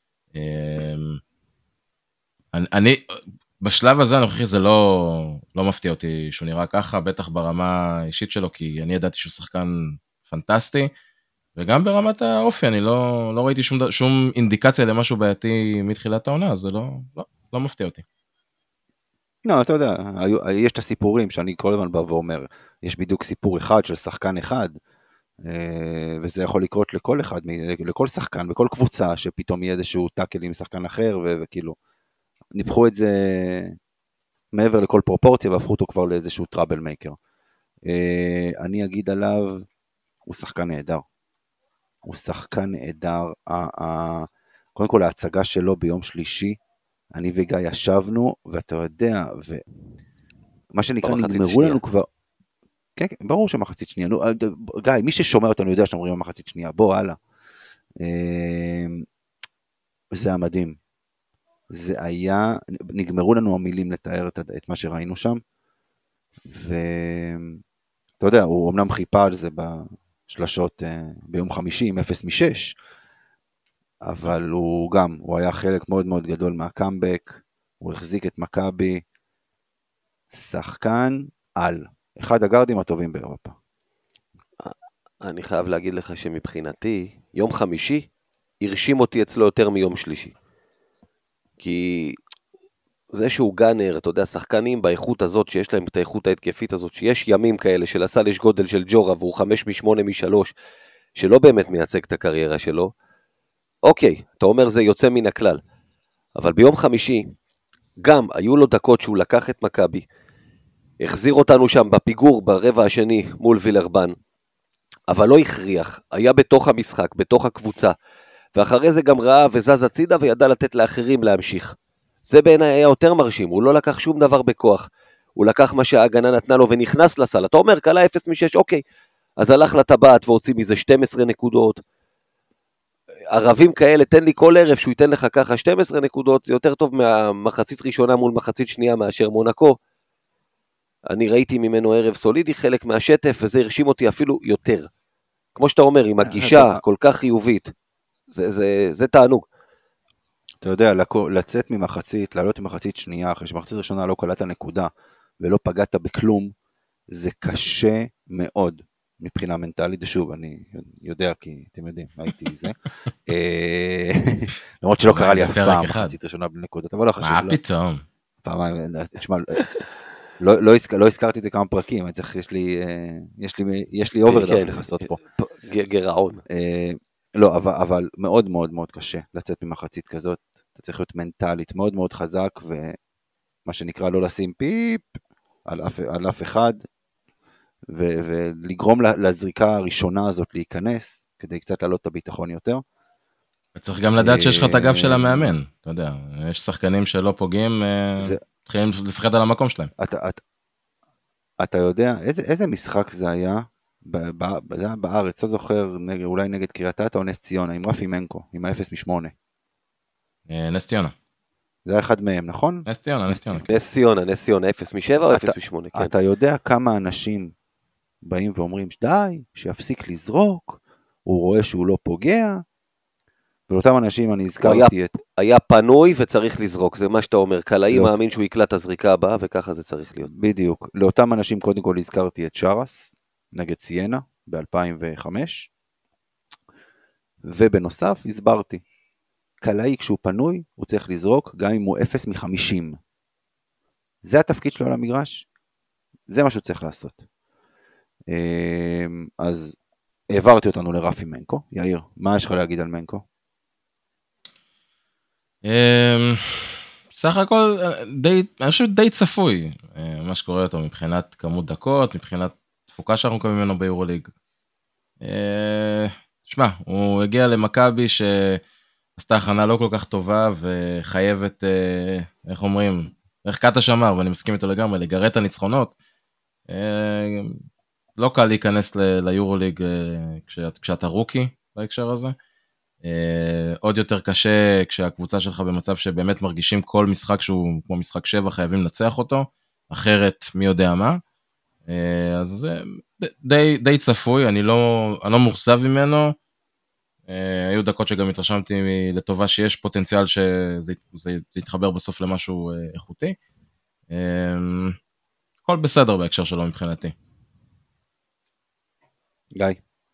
D: אני, בשלב הזה אני חושב שזה לא מפתיע אותי שהוא נראה ככה, בטח ברמה האישית שלו, כי אני ידעתי שהוא שחקן פנטסטי, וגם ברמת האופי, אני לא ראיתי שום אינדיקציה למשהו בעייתי מתחילת העונה, אז זה לא מפתיע אותי.
A: לא, אתה יודע, יש את הסיפורים שאני כל הזמן בא ואומר, יש בדיוק סיפור אחד של שחקן אחד, וזה יכול לקרות לכל אחד, לכל שחקן, בכל קבוצה, שפתאום יהיה איזשהו טאקל עם שחקן אחר, וכאילו, ניפחו את זה מעבר לכל פרופורציה, והפכו אותו כבר לאיזשהו טראבל מייקר. אני אגיד עליו, הוא שחקן נהדר. הוא שחקן נהדר. קודם כל, ההצגה שלו ביום שלישי, אני וגיא ישבנו, ואתה יודע, מה שנקרא, נגמרו לנו כבר... כן, ברור שמחצית שנייה. גיא, מי ששומע אותנו יודע שאנחנו אומרים מחצית שנייה. בוא, הלאה. זה המדהים. זה היה, נגמרו לנו המילים לתאר את מה שראינו שם, ואתה יודע, הוא אמנם חיפה על זה בשלשות ביום חמישי עם 0 מ-6, אבל הוא היה חלק מאוד מאוד גדול מהקאמבק, הוא החזיק את מכבי, שחקן על, אחד הגארדים הטובים באירופה.
C: אני חייב להגיד לך שמבחינתי, יום חמישי הרשים אותי אצלו יותר מיום שלישי. כי זה שהוא גאנר, אתה יודע, שחקנים באיכות הזאת, שיש להם את האיכות ההתקפית הזאת, שיש ימים כאלה של הסל יש גודל של ג'ורה, והוא 5 מ-8 מ-3, שלא באמת מייצג את הקריירה שלו, אוקיי, אתה אומר זה יוצא מן הכלל, אבל ביום חמישי, גם היו לו דקות שהוא לקח את מכבי, החזיר אותנו שם בפיגור ברבע השני מול וילרבן, אבל לא הכריח, היה בתוך המשחק, בתוך הקבוצה, ואחרי זה גם ראה וזז הצידה וידע לתת לאחרים להמשיך. זה בעיניי היה יותר מרשים, הוא לא לקח שום דבר בכוח, הוא לקח מה שההגנה נתנה לו ונכנס לסל, אתה אומר, קלה 0-6, אוקיי, אז הלך לטבעת והוציא מזה 12 נקודות, ערבים כאלה, תן לי כל ערב שהוא ייתן לך ככה 12 נקודות, זה יותר טוב מהמחצית ראשונה מול מחצית שנייה מאשר מונקו, אני ראיתי ממנו ערב סולידי, חלק מהשטף, וזה הרשים אותי אפילו יותר. כמו שאתה אומר, עם הגישה כל כך חיובית, זה תענוג.
A: אתה יודע, לצאת ממחצית, לעלות ממחצית שנייה, אחרי שמחצית ראשונה לא קלעת נקודה, ולא פגעת בכלום, זה קשה מאוד, מבחינה מנטלית, ושוב, אני יודע, כי אתם יודעים, הייתי זה. למרות שלא קרה לי אף פעם, מחצית ראשונה בלי נקודות, אבל לא חשוב.
D: מה פתאום?
A: פעמיים, תשמע, לא הזכרתי את זה כמה פרקים, יש לי אוברדאפ לחסות פה.
C: גרעון.
A: לא, אבל מאוד מאוד מאוד קשה לצאת ממחצית כזאת, אתה צריך להיות מנטלית מאוד מאוד חזק, ומה שנקרא לא לשים פיפ על אף אחד, ולגרום לזריקה הראשונה הזאת להיכנס, כדי קצת לעלות את הביטחון יותר.
D: וצריך גם לדעת שיש לך את הגב של המאמן, אתה יודע, יש שחקנים שלא פוגעים, מתחילים לפחד על המקום שלהם.
A: אתה יודע, איזה משחק זה היה בארץ, לא זוכר, אולי נגד קריית אתא או נס ציונה, עם רפי מנקו, עם ה-0-8.
D: נס ציונה.
A: זה היה אחד מהם, נכון?
D: נס ציונה.
C: נס ציונה, 0-7 או 0-8, כן.
A: אתה יודע כמה אנשים באים ואומרים, די, שיפסיק לזרוק, הוא רואה שהוא לא פוגע, ולאותם אנשים אני הזכרתי את...
C: היה פנוי וצריך לזרוק, זה מה שאתה אומר, קלעי מאמין שהוא יקלע את הזריקה הבאה, וככה זה צריך להיות.
A: בדיוק, לאותם אנשים קודם כל הזכרתי את שרס, נגד סיינה, ב-2005, ובנוסף הסברתי, קלעי כשהוא פנוי, הוא צריך לזרוק, גם אם הוא 0-50. זה התפקיד שלו על המגרש, זה מה שהוא צריך לעשות. אז העברתי אותנו לרפי מנקו. יאיר, מה יש לך להגיד על מנקו?
D: סך הכל, אני חושב די צפוי, מה שקורה אותו מבחינת כמות דקות, מבחינת תפוקה שאנחנו מקווים ממנו ביורוליג. שמע, הוא הגיע למכבי שעשתה הכנה לא כל כך טובה, וחייבת, איך אומרים, איך קטע שמר, ואני מסכים איתו לגמרי, לגרד את הניצחונות. לא קל להיכנס ליורוליג כשאתה רוקי בהקשר הזה. עוד יותר קשה כשהקבוצה שלך במצב שבאמת מרגישים כל משחק שהוא כמו משחק 7 חייבים לנצח אותו, אחרת מי יודע מה. אז זה די צפוי, אני לא מוחזב ממנו. היו דקות שגם התרשמתי לטובה שיש פוטנציאל שזה יתחבר בסוף למשהו איכותי. הכל בסדר בהקשר שלו מבחינתי.
A: גיא.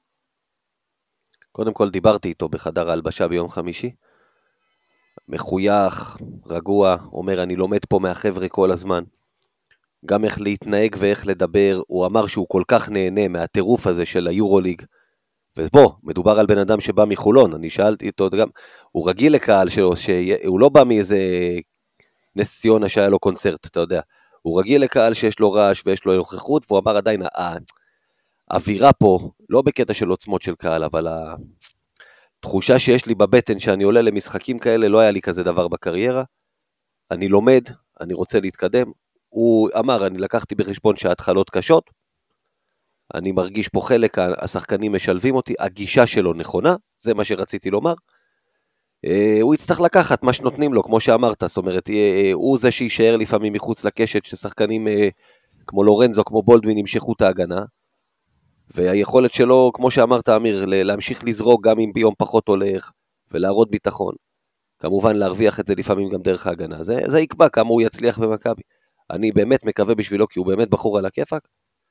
C: קודם כל דיברתי איתו בחדר ההלבשה ביום חמישי, מחוייך, רגוע, אומר אני לומד פה מהחבר'ה כל הזמן, גם איך להתנהג ואיך לדבר, הוא אמר שהוא כל כך נהנה מהטירוף הזה של היורוליג, ובוא, מדובר על בן אדם שבא מחולון, אני שאלתי אותו גם, הוא רגיל לקהל שלו, שהוא לא בא מאיזה נס ציונה שהיה לו קונצרט, אתה יודע, הוא רגיל לקהל שיש לו רעש ויש לו נוכחות, והוא אמר עדיין, האווירה פה, לא בקטע של עוצמות של קהל, אבל התחושה שיש לי בבטן שאני עולה למשחקים כאלה, לא היה לי כזה דבר בקריירה, אני לומד, אני רוצה להתקדם, הוא אמר, אני לקחתי בחשבון שההתחלות קשות, אני מרגיש פה חלק, השחקנים משלבים אותי, הגישה שלו נכונה, זה מה שרציתי לומר, הוא יצטרך לקחת מה שנותנים לו, כמו שאמרת, זאת אומרת, הוא זה שישאר לפעמים מחוץ לקשת, ששחקנים כמו לורנזו, כמו בולדווין, ימשכו את ההגנה, והיכולת שלו, כמו שאמרת אמיר, להמשיך לזרוק גם אם ביום פחות הולך, ולהראות ביטחון, כמובן להרוויח את זה לפעמים גם דרך ההגנה, זה יקבע כמה הוא יצליח במכבי, אני באמת מקווה בשבילו, כי הוא באמת בחור על הכיפק,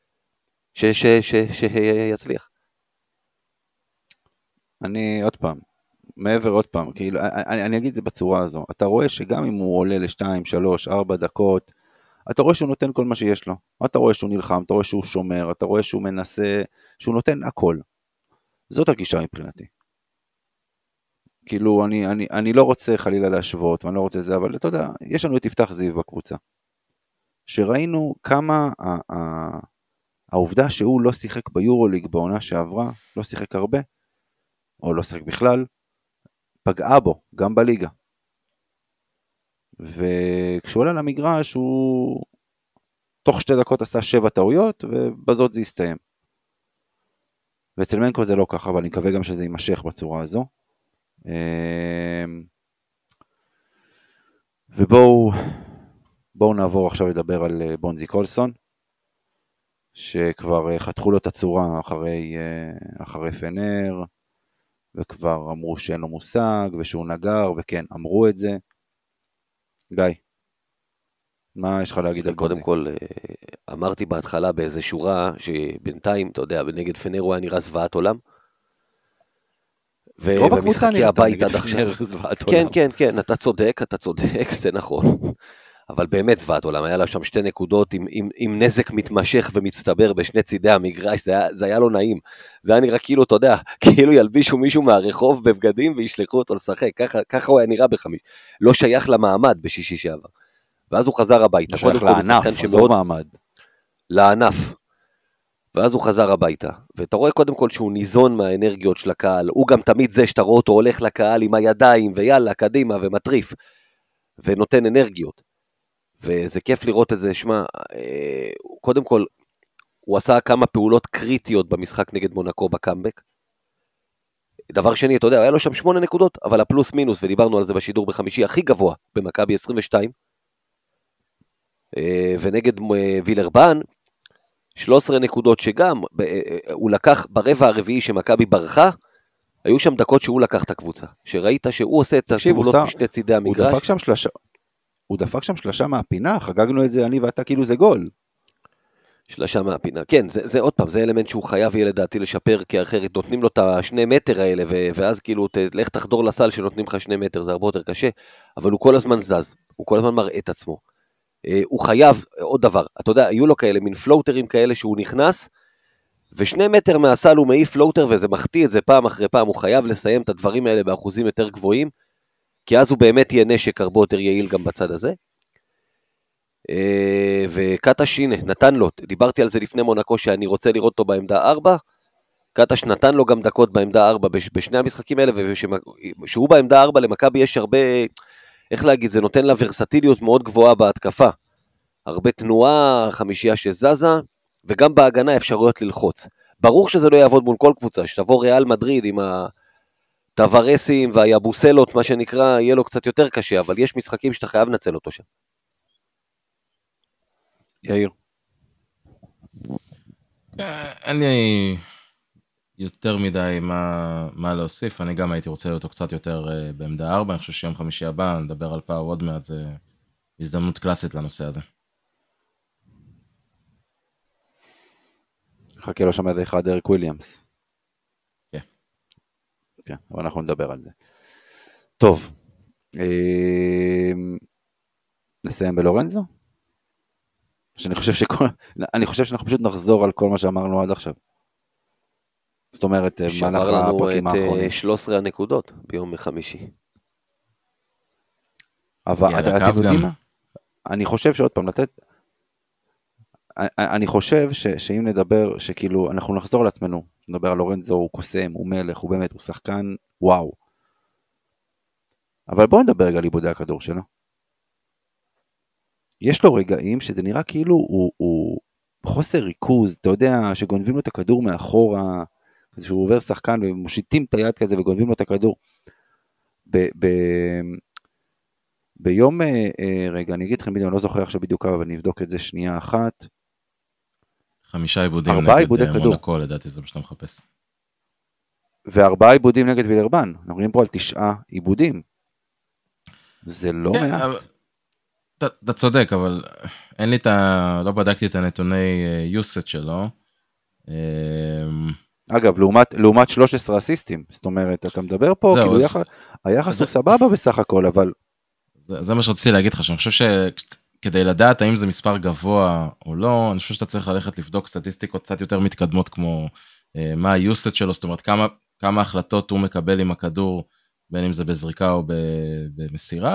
C: שיצליח.
A: אני עוד פעם, כאילו, אני אגיד את זה בצורה הזו, אתה רואה שגם אם הוא עולה ל2, 3, 4 דקות, אתה רואה שהוא נותן כל מה שיש לו, אתה רואה שהוא נלחם, אתה רואה שהוא שומר, אתה רואה שהוא מנסה, שהוא נותן הכל. זאת הגישה מבחינתי. כאילו, אני לא רוצה חלילה להשוות, ואני לא רוצה זה, אבל אתה יודע, יש לנו את יפתח זיו בקבוצה, שראינו כמה העובדה שהוא לא שיחק ביורוליג בעונה שעברה, לא שיחק הרבה, או לא שיחק בכלל, פגעה בו, גם בליגה. וכשהוא עלה למגרש, הוא תוך 2 דקות עשה 7 טעויות, ובזאת זה הסתיים. ואצל מנקו זה לא ככה, אבל אני מקווה גם שזה יימשך בצורה הזו. ובואו נעבור עכשיו לדבר על בונזי קולסון, שכבר חתכו לו את הצורה אחרי פנר, וכבר אמרו שאין לו מושג, ושהוא נגר, וכן, אמרו את זה. גיא, מה יש לך להגיד על בונזי?
C: קודם כל, אמרתי בהתחלה באיזה שורה, שבינתיים, אתה יודע, בנגד פנר הוא היה נראה זוועת עולם,
A: רוב הקבוצה נראית
C: נגד פנר זוועת עולם. כן, אתה צודק, זה נכון. אבל באמת זוועת עולם, היה לה שם 2 נקודות עם נזק מתמשך ומצטבר בשני צידי המגרש, זה היה לא נעים. זה היה נראה כאילו, אתה יודע, כאילו ילבישו מישהו מהרחוב בבגדים וישלחו אותו לשחק, ככה הוא היה נראה ב5. לא שייך למעמד בשישי שעבר. ואז הוא חזר הביתה.
A: לא שייך לענף, עזוב מעמד.
C: לענף. ואז הוא חזר הביתה. ואתה רואה קודם כל שהוא ניזון מהאנרגיות של הקהל, הוא גם תמיד זה שאתה רואה אותו הולך לקהל עם הידיים ויאללה, קדימה ומטריף, ונותן אנרגיות. וזה כיף לראות את זה, שמה, קודם כל, הוא עשה כמה פעולות קריטיות במשחק נגד מונקו בקאמבק. דבר שני, אתה יודע, היה לו שם 8 נקודות, אבל הפלוס מינוס, ודיברנו על זה בשידור בחמישי, הכי גבוה במכבי 22, ונגד וילרבן, 13 נקודות שגם, הוא לקח ברבע הרביעי שמכבי ברחה, היו שם דקות שהוא לקח את הקבוצה, שראית שהוא עושה את הפעולות משני צידי המגרש.
A: הוא דפק שם שלושה מהפינה, חגגנו את זה אני ואתה כאילו זה גול.
C: שלושה מהפינה, כן, זה עוד פעם, זה אלמנט שהוא חייב יהיה לדעתי לשפר, כי אחרת נותנים לו את ה2 מטר האלה, ואז כאילו לך תחדור לסל שנותנים לך 2 מטר, זה הרבה יותר קשה, אבל הוא כל הזמן זז, הוא כל הזמן מראה את עצמו. הוא חייב, עוד דבר, אתה יודע, היו לו כאלה, מין פלוטרים כאלה שהוא נכנס, ו2 מטר מהסל הוא מעיף פלוטר, וזה מחטיא את זה פעם אחרי פעם, הוא חייב לסיים את הדברים האלה באחוזים יותר גבוהים, כי אז הוא באמת יהיה נשק הרבה יותר יעיל גם בצד הזה. וקטש, הנה, נתן לו, דיברתי על זה לפני מונקו, שאני רוצה לראות אותו בעמדה 4, קטש נתן לו גם דקות בעמדה 4 בשני המשחקים האלה, ושהוא בעמדה 4 למכבי יש הרבה, איך להגיד, זה נותן לה ורסטיליות מאוד גבוהה בהתקפה, הרבה תנועה, חמישייה שזזה, וגם בהגנה אפשרויות ללחוץ. ברור שזה לא יעבוד מול כל קבוצה, שתבוא ריאל מדריד עם הטוורסים והיבוסלות, מה שנקרא, יהיה לו קצת יותר קשה, אבל יש משחקים שאתה חייב לנצל אותו שם.
A: יאיר.
D: אין לי יותר מדי מה להוסיף, אני גם הייתי רוצה להיות קצת יותר בעמדה 4, אני חושב שיום חמישי הבא, נדבר על פאו עוד מעט, זה הזדמנות קלאסית לנושא הזה.
A: חכה לו שם איזה אחד דרק וויליאמס.
D: כן.
A: כן, אבל אנחנו נדבר על זה. טוב. נסיים בלורנזו? אני חושב שאנחנו פשוט נחזור על כל מה שאמרנו עד עכשיו. זאת אומרת,
C: מהלך הפרקים האחרונים. 13 הנקודות ביום חמישי.
A: אבל אתם יודעים מה? אני חושב שעוד פעם אני חושב שאם נדבר, שכאילו אנחנו נחזור לעצמנו, נדבר על לורנזו, הוא קוסם, הוא מלך, הוא באמת, הוא שחקן, וואו. אבל בואו נדבר רגע על עיבודי הכדור שלו. יש לו רגעים שזה נראה כאילו הוא חוסר ריכוז, אתה יודע, שגונבים לו את הכדור מאחורה, שהוא עובר שחקן ומושיטים את היד כזה וגונבים לו את הכדור. ביום, רגע, אני אגיד לכם בדיוק, אני לא זוכר עכשיו בדיוק, אבל אני אבדוק את זה שנייה אחת.
D: 5 עיבודים נגד מונקו, לדעתי זה מה שאתה מחפש.
A: ו4 עיבודים נגד וילרבן, אנחנו רואים פה על 9 עיבודים. זה לא מעט.
D: אתה צודק, אבל אין לי לא בדקתי את הנתוני יוסט שלו.
A: אגב, לעומת 13 אסיסטים, זאת אומרת, אתה מדבר פה, כאילו היחס הוא סבבה בסך הכל, אבל...
D: זה מה שרציתי להגיד לך, שאני חושב שכדי לדעת האם זה מספר גבוה או לא, אני חושב שאתה צריך ללכת לבדוק סטטיסטיקות קצת יותר מתקדמות, כמו מה היוסט שלו, זאת אומרת, כמה החלטות הוא מקבל עם הכדור בין אם זה בזריקה או במסירה,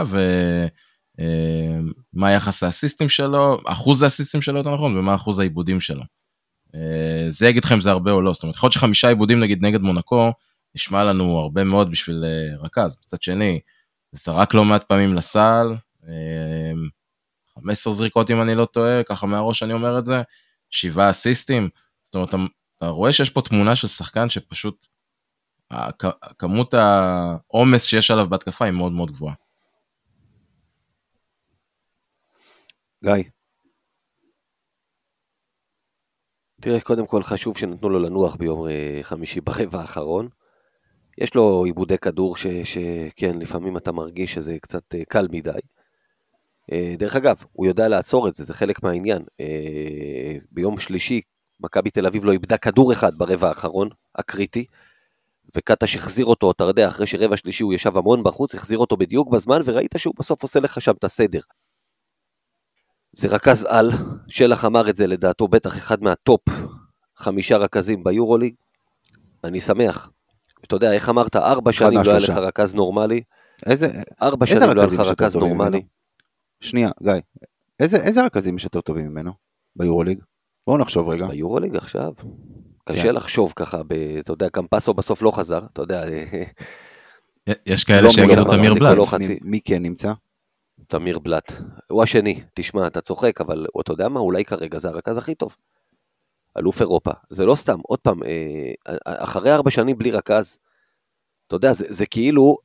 D: ומה יחס האסיסטים שלו, אחוז האסיסטים שלו יותר נכון, ומה אחוז העיבודים שלו. זה יגיד לכם זה הרבה או לא, זאת אומרת, יכול להיות ש5 עיבודים נגד מונקו, נשמע לנו הרבה מאוד בשביל רכז, בצד שני, זה זרק לא מעט פעמים לסל, 15 זריקות אם אני לא טועה, ככה מהראש אני אומר את זה, 7 אסיסטים, זאת אומרת, אתה רואה שיש פה תמונה של שחקן שפשוט, כמות העומס שיש עליו בהתקפה היא מאוד מאוד גבוהה.
A: גיא.
C: תראה, קודם כל חשוב שנתנו לו לנוח ביום חמישי ברבע האחרון. יש לו עיבודי כדור שכן, לפעמים אתה מרגיש שזה קצת קל מדי. דרך אגב, הוא יודע לעצור את זה, זה חלק מהעניין. ביום שלישי, מכבי תל אביב לא איבדה כדור אחד ברבע האחרון, הקריטי, וקטש החזיר אותו, אתה יודע, אחרי שרבע שלישי הוא ישב המון בחוץ, החזיר אותו בדיוק בזמן, וראית שהוא בסוף עושה לך שם את הסדר. זה רכז על, שלח אמר את זה לדעתו, בטח אחד מהטופ 5 רכזים ביורוליג, אני שמח. אתה יודע, איך אמרת, 4 שנים לא היה לך רכז נורמלי? 4 שנים לא היה לך רכז נורמלי?
A: שנייה, גיא, איזה רכזים יש יותר טובים ממנו ביורוליג? בואו נחשוב רגע.
C: ביורוליג עכשיו? קשה לחשוב ככה, אתה יודע, קמפסו בסוף לא חזר, אתה יודע.
D: יש כאלה שיגידו תמיר בלט.
A: מי כן נמצא?
C: תמיר בלט. הוא השני, תשמע, אתה צוחק, אבל אתה יודע מה, אולי כרגע זה הרכז הכי טוב. אלוף אירופה. זה לא סתם, עוד פעם, אחרי 4 שנים בלי רכז, אתה יודע, זה כאילו,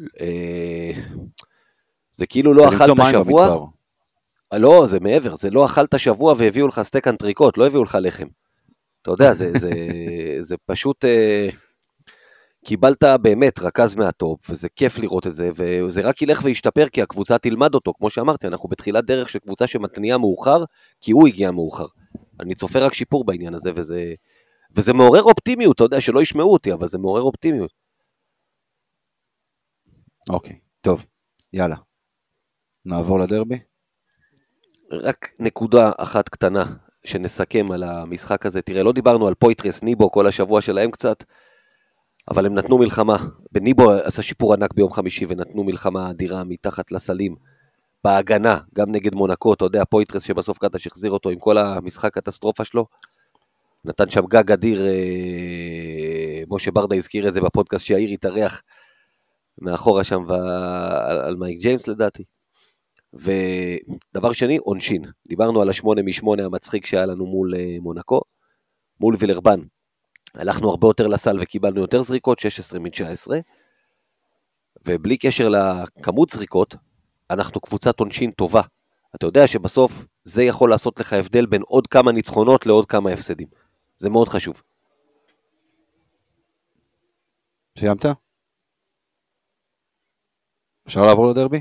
C: לא אכלת שבוע. לא, זה מעבר, זה לא אכלת שבוע והביאו לך סטייק אנטריקוט, לא הביאו לך לחם. אתה יודע, זה פשוט, קיבלת באמת רכז מהטופ, וזה כיף לראות את זה, וזה רק ילך וישתפר, כי הקבוצה תלמד אותו, כמו שאמרתי, אנחנו בתחילת דרך של קבוצה שמתניעה מאוחר, כי הוא הגיע מאוחר. אני צופה רק שיפור בעניין הזה, וזה מעורר אופטימיות, אתה יודע, שלא ישמעו אותי, אבל זה מעורר אופטימיות.
A: אוקיי, טוב, יאללה. נעבור לדרבי?
C: רק נקודה אחת קטנה, שנסכם על המשחק הזה. תראה, לא דיברנו על פויטרס, ניבו, כל השבוע שלהם קצת, אבל הם נתנו מלחמה. בניבו עשה שיפור ענק ביום חמישי, ונתנו מלחמה אדירה מתחת לסלים, בהגנה, גם נגד מונקו, אתה יודע, פויטרס שבסוף קטש החזיר אותו עם כל המשחק קטסטרופה שלו, נתן שם גג אדיר, משה ברדה הזכיר את זה בפודקאסט שהעיר התארח מאחורה שם על מייק ג'יימס לדעתי. ודבר שני, עונשין. דיברנו על 8-8 המצחיק שהיה לנו מול מונקו, מול וילרבן. הלכנו הרבה יותר לסל וקיבלנו יותר זריקות, 16-19, ובלי קשר לכמות זריקות, אנחנו קבוצת עונשין טובה. אתה יודע שבסוף זה יכול לעשות לך הבדל בין עוד כמה ניצחונות לעוד כמה הפסדים. זה מאוד חשוב.
A: סיימת? אפשר לעבור לדרבי?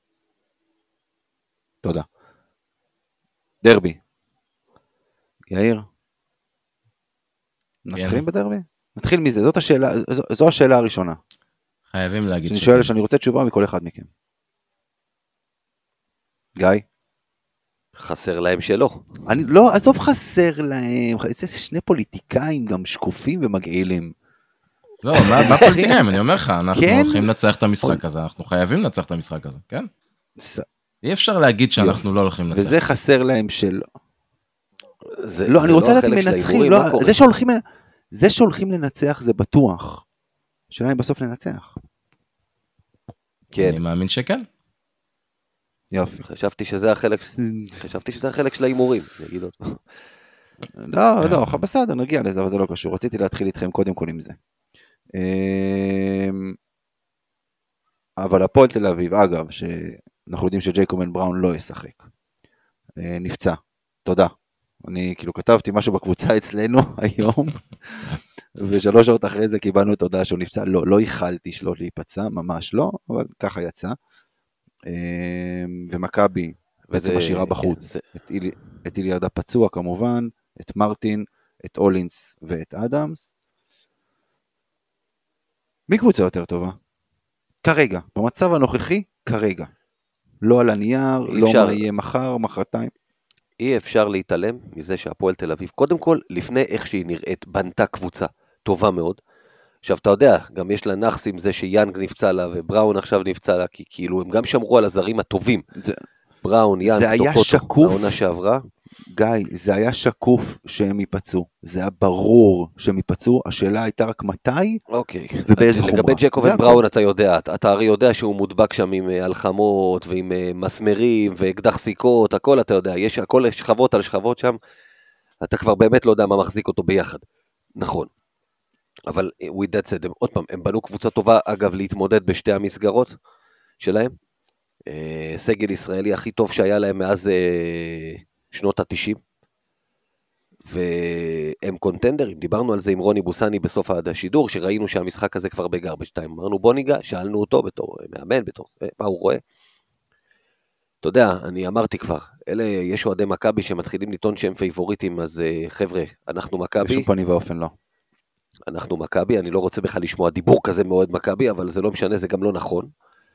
A: תודה. דרבי. יאיר? נצחים בדרבי? נתחיל מזה, זו השאלה הראשונה.
D: חייבים להגיד.
A: שאני שואל, שאני רוצה תשובה מכל אחד מכם. גיא?
C: חסר להם שלא.
A: לא, עזוב חסר להם, זה 2 פוליטיקאים גם שקופים ומגעילים.
D: לא, מה פוליטיקאים? אני אומר לך, אנחנו הולכים לנצח את המשחק הזה, אנחנו חייבים לנצח את המשחק הזה, כן? אי אפשר להגיד שאנחנו לא הולכים לנצח.
A: וזה חסר להם שלא. לא, אני רוצה לדעת אם מנצחים, זה שהולכים לנצח זה בטוח. השאלה אם בסוף לנצח.
C: כן.
D: אני מאמין שכן.
A: יופי.
C: חשבתי שזה החלק של האימורים, נגיד אותו.
A: לא, בסדר, נגיע לזה, אבל זה לא קשור. רציתי להתחיל איתכם קודם כל עם זה. אבל הפועל תל אביב, אגב, שאנחנו יודעים שג'ייקובן בראון לא ישחק. נפצע. תודה. אני כאילו כתבתי משהו בקבוצה אצלנו היום, ו3 שעות אחרי זה קיבלנו את הודעה שהוא נפצע. לא יכלתי שלא להיפצע, ממש לא, אבל ככה יצא. ומכבי בעצם משאירה בחוץ את איליארד הפצוע כמובן, את מרטין, את אולינס ואת אדמס. מי קבוצה יותר טובה? כרגע, במצב הנוכחי, כרגע. לא על הנייר, לא מה יהיה מחר, מחרתיים.
C: אי אפשר להתעלם מזה שהפועל תל אביב, קודם כל, לפני איך שהיא נראית, בנתה קבוצה טובה מאוד, עכשיו, אתה יודע, גם יש לה נחס עם זה שיאנג נפצע לה, ובראון עכשיו נפצע לה, כי כאילו, הם גם שמרו על הזרים הטובים. בראון, יאנג, טוקוטו, העונה שעברה.
A: גיא, זה היה שקוף שהם ייפצעו. זה היה ברור שהם ייפצעו, השאלה הייתה רק מתי,
C: אוקיי.
A: ובאיזה חומרה.
C: לגבי ג'קובן בראון, אתה יודע, אתה הרי יודע שהוא מודבק שם עם הלחמות, ועם מסמרים, ואקדח סיכות, הכל אתה יודע, יש הכל שכבות על שכבות שם, אתה כבר באמת לא יודע מה מחזיק אותו ביחד. נכון. אבל with that said, עוד פעם, הם בנו קבוצה טובה, אגב, להתמודד בשתי המסגרות שלהם. סגל ישראלי הכי טוב שהיה להם מאז שנות ה-90. והם קונטנדרים, דיברנו על זה עם רוני בוסני בסוף השידור, שראינו שהמשחק הזה כבר בגרבג' טיים. אמרנו בוא ניגע, שאלנו אותו בתור מאמן, בתור מה הוא רואה. אתה יודע, אני אמרתי כבר, אלה יש אוהדי מכבי שמתחילים לטעון שהם פייבוריטים, אז חבר'ה, אנחנו מכבי.
A: בשום פנים ואופן לא.
C: אנחנו מכבי, אני לא רוצה בכלל לשמוע דיבור כזה מאוהד מכבי, אבל זה לא משנה, זה גם לא נכון.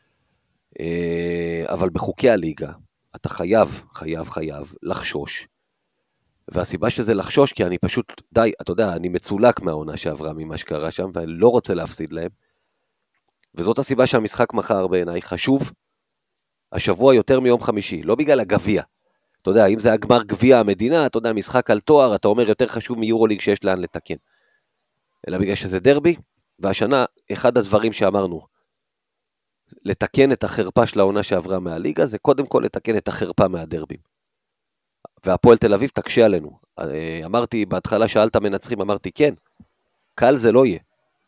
C: אבל בחוקי הליגה, אתה חייב לחשוש. והסיבה שזה לחשוש, כי אני פשוט, די, אתה יודע, אני מצולק מהעונה שעברה ממה שקרה שם, ואני לא רוצה להפסיד להם. וזאת הסיבה שהמשחק מחר בעיניי חשוב, השבוע יותר מיום חמישי, לא בגלל הגביע. אתה יודע, אם זה הגמר גביע המדינה, אתה יודע, משחק על תואר, אתה אומר יותר חשוב מיורוליג שיש לאן לתקן. אלא בגלל שזה דרבי, והשנה, אחד הדברים שאמרנו, לתקן את החרפה של העונה שעברה מהליגה, זה קודם כל לתקן את החרפה מהדרבים. והפועל תל אביב תקשה עלינו. אמרתי, בהתחלה שאלת מנצחים, אמרתי, כן, קל זה לא יהיה.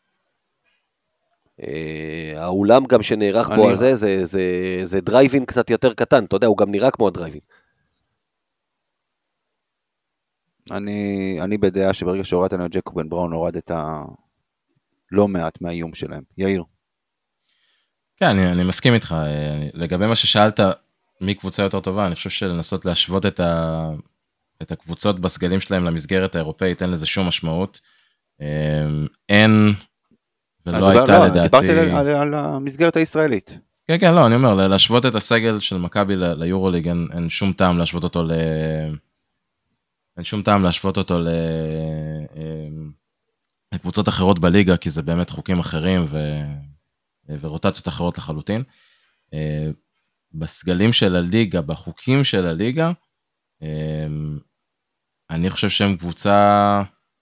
C: האולם גם שנערך בו על זה דרייבין קצת יותר קטן, אתה יודע, הוא גם נראה כמו הדרייבין.
A: אני בדעה שברגע שהורדנו את ג'קובן בראון, הורדת לא מעט מהאיום שלהם. יאיר.
D: כן, אני מסכים איתך. לגבי מה ששאלת, מי קבוצה יותר טובה, אני חושב שלנסות להשוות את הקבוצות בסגלים שלהם למסגרת האירופאית, אין לזה שום משמעות. אין, ולא הייתה לדעתי.
A: דיברתי על המסגרת הישראלית.
D: כן, כן, לא, אני אומר, להשוות את הסגל של מכבי ליורוליג, אין שום טעם להשוות אותו אין שום טעם להשוות אותו לקבוצות אחרות בליגה, כי זה באמת חוקים אחרים ורוטציות אחרות לחלוטין. בסגלים של הליגה, בחוקים של הליגה, אני חושב שהם קבוצה,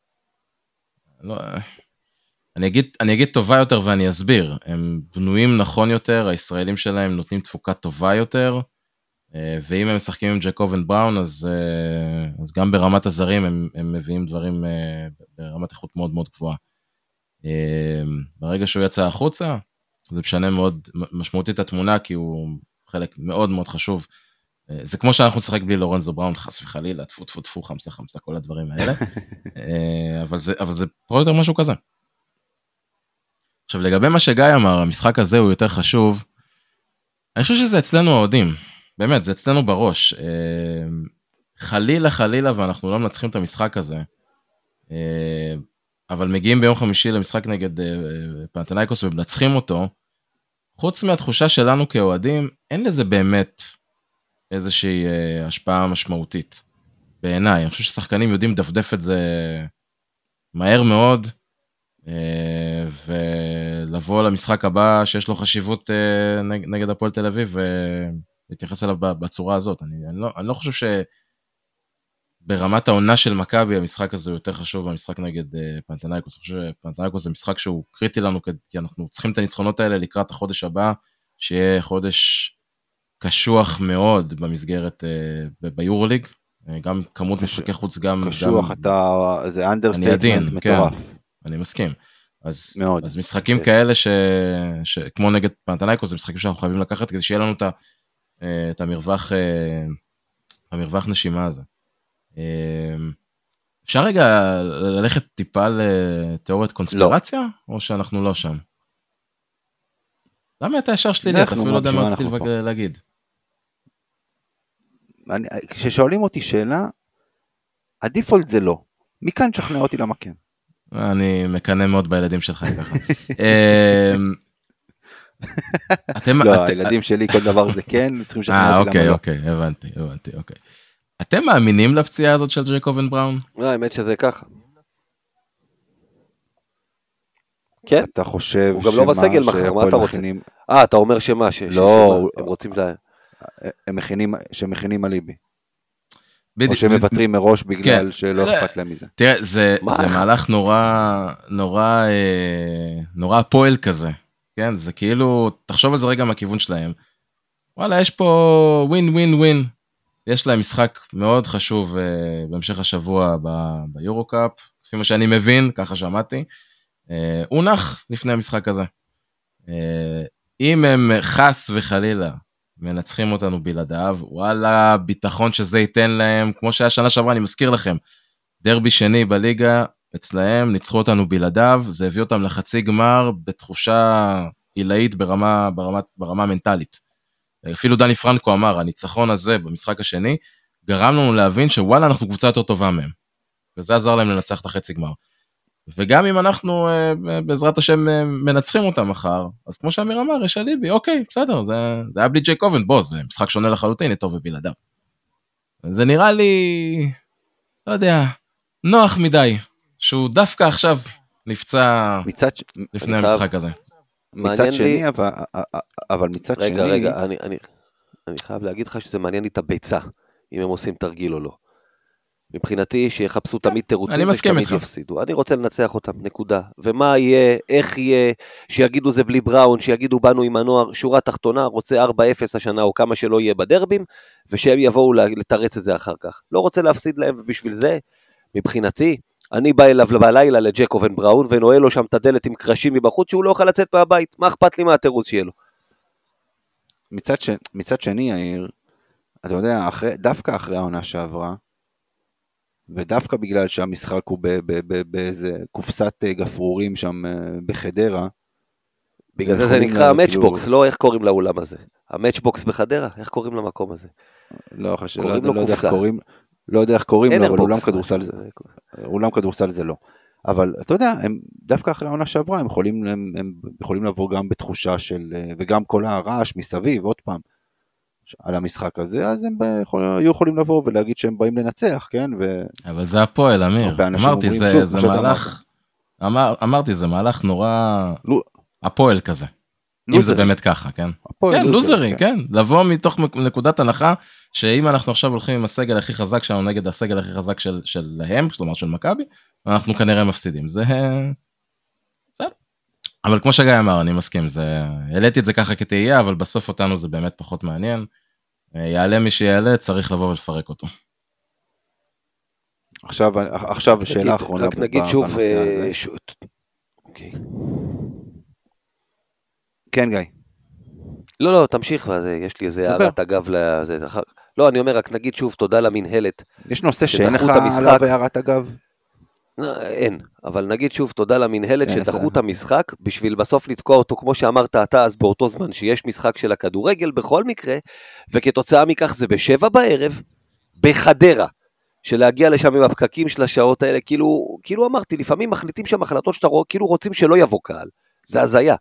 D: אני אגיד טובה יותר ואני אסביר, הם בנויים נכון יותר, הישראלים שלהם נותנים תפוקה טובה יותר, ואם הם משחקים עם ג'קובן בראון, אז גם ברמת הזרים הם מביאים דברים ברמת איכות מאוד מאוד גבוהה. ברגע שהוא יצא החוצה, זה משנה מאוד משמעותית התמונה, כי הוא חלק מאוד מאוד חשוב. זה כמו שאנחנו נשחק בלי לורנזו בראון, חס וחלילה, טפו, חמסה, כל הדברים האלה. אבל זה פחות או יותר משהו כזה. עכשיו, לגבי מה שגיא אמר, המשחק הזה הוא יותר חשוב, אני חושב שזה אצלנו האוהדים. באמת, זה אצלנו בראש. חלילה, ואנחנו לא מנצחים את המשחק הזה. אבל מגיעים ביום חמישי למשחק נגד פנתנייקוס ומנצחים אותו, חוץ מהתחושה שלנו כאוהדים, אין לזה באמת איזושהי השפעה משמעותית. בעיניי, אני חושב ששחקנים יודעים לדפדף את זה מהר מאוד, ולבוא למשחק הבא שיש לו חשיבות נגד הפועל תל אביב, ולהתייחס אליו בצורה הזאת. אני לא חושב ברמת העונה של מכבי, המשחק הזה יותר חשוב במשחק נגד פנתנייקוס. אני חושב שפנתנייקוס זה משחק שהוא קריטי לנו, כי אנחנו צריכים את הניצחונות האלה לקראת החודש הבא, שיהיה חודש קשוח מאוד במסגרת ביורוליג, גם כמות משחקי חוץ, גם...
A: קשוח, זה אנדרסטייטמנט מטורף.
D: אני מסכים. אז משחקים כאלה כמו נגד פנתנייקוס, זה משחקים שאנחנו חייבים לקחת, כדי שיהיה לנו את המרווח נשימה הזה. אפשר רגע ללכת טיפה לתיאוריית קונספירציה, או שאנחנו לא שם? למה אתה ישר שלילי? אתה אפילו לא יודע מה רציתי להגיד.
A: כששואלים אותי שאלה, הדיפולט זה לא. מכאן שכנע אותי למה כן.
D: אני מקנא מאוד בילדים שלך ככה.
A: לא, הילדים שלי כל דבר זה כן, צריכים לשכנע אותי למה לא.
D: אוקיי, הבנתי. אתם מאמינים לפציעה הזאת של ג'קובן בראון?
C: לא, האמת שזה ככה. כן?
A: אתה חושב
C: הוא גם לא בסגל מחר, מה אתה רוצה? אתה אומר שמה?
A: לא.
C: הם רוצים
A: שהם מכינים אליבי.
D: בדיוק.
A: או שהם מוותרים מראש בגלל שלא אכפת להם מזה.
D: תראה, זה מהלך נורא פועל כזה. כן, זה כאילו, תחשוב על זה רגע מהכיוון שלהם. וואלה, יש פה ווין ווין ווין. יש להם משחק מאוד חשוב בהמשך השבוע ביורו-קאפ, לפי מה שאני מבין, ככה שמעתי. הוא נח לפני המשחק הזה. אם הם חס וחלילה מנצחים אותנו בלעדיו, וואלה, ביטחון שזה ייתן להם, כמו שהיה שנה שעברה, אני מזכיר לכם, דרבי שני בליגה, אצלהם, ניצחו אותנו בלעדיו, זה הביא אותם לחצי גמר, בתחושה עילאית ברמה מנטלית. אפילו דני פרנקו אמר, הניצחון הזה במשחק השני, גרם לנו להבין שוואלה, אנחנו קבוצה יותר טובה מהם. וזה עזר להם לנצח את החצי גמר. וגם אם אנחנו בעזרת השם מנצחים אותם מחר, אז כמו שאמיר אמר, יש אליבי, אוקיי, בסדר, זה היה בלי ג'יי קובן, בוא, זה משחק שונה לחלוטין, טוב ובלעדיו. זה נראה לי, לא יודע, נוח מדי, שהוא דווקא עכשיו נפצע לפני המשחק הזה.
A: מצד שני, אבל מצד שני...
C: רגע, אני חייב להגיד לך שזה מעניין לי את הביצה, אם הם עושים תרגיל או לא. מבחינתי שיחפשו תמיד תירוצים ותמיד יפסידו. אני רוצה לנצח אותם, נקודה. ומה יהיה, איך יהיה, שיגידו זה בלי בראון, שיגידו באנו עם הנוער, שורה תחתונה, רוצה 4-0 השנה או כמה שלא יהיה בדרבים, ושהם יבואו לתרץ את זה אחר כך. לא רוצה להפסיד להם, ובשביל זה, מבחינתי, אני בא אליו בלילה לג'קובן בראון, ונועל לו שם את הדלת עם קרשים מבחוץ, שהוא לא אוכל לצאת מהבית. מה אכפת לי מהתירוץ שיהיה לו?
A: מצד שני, יאיר, אתה יודע, דווקא אחרי העונה שעברה, ודווקא בגלל שהמשחק הוא באיזה קופסת גפרורים שם בחדרה.
C: בגלל זה נקרא המאצ'בוקס, לא איך קוראים לאולם הזה. המאצ'בוקס בחדרה, איך קוראים למקום הזה?
A: לא יודע איך קוראים לו, אבל אולם כדורסל זה לא. אבל אתה יודע, דווקא אחרי העונה שעברה, הם יכולים לעבור גם בתחושה של, וגם כל הרעש מסביב, עוד פעם, על המשחק הזה, אז הם היו יכולים לבוא ולהגיד שהם באים לנצח, כן?
D: אבל זה הפועל, אמיר. אמרתי, זה מהלך, אמרתי, זה מהלך נורא הפועל כזה. אם זה באמת ככה, כן? כן, לוזרי, כן. לבוא מתוך נקודת הנחה, שאם אנחנו עכשיו הולכים עם הסגל הכי חזק שלנו נגד הסגל הכי חזק שלהם, כלומר של מכבי, אנחנו כנראה מפסידים. זה... אבל כמו שגיא אמר, אני מסכים, העליתי את זה ככה כתהייה, אבל בסוף אותנו זה באמת פחות מעניין. יעלה מי שיעלה, צריך לבוא ולפרק אותו.
A: עכשיו שאלה אחרונה בנושא הזה.
C: אוקיי.
A: כן, גיא.
C: לא, תמשיך, יש לי איזה הערת אגב לזה. לא, אני אומר, רק נגיד שוב, תודה למנהלת.
A: יש נושא שאין לך עליו הערת אגב?
C: אין, אבל נגיד שוב תודה למנהלת שדחו את המשחק בשביל בסוף לתקוע אותו כמו שאמרת אתה אז באותו זמן שיש משחק של הכדורגל בכל מקרה, וכתוצאה מכך זה ב7 בערב בחדרה, שלהגיע לשם עם הפקקים של השעות האלה, כאילו אמרתי, לפעמים מחליטים שם החלטות שאתה רואה, כאילו רוצים שלא יבוא קהל, זה הזיה.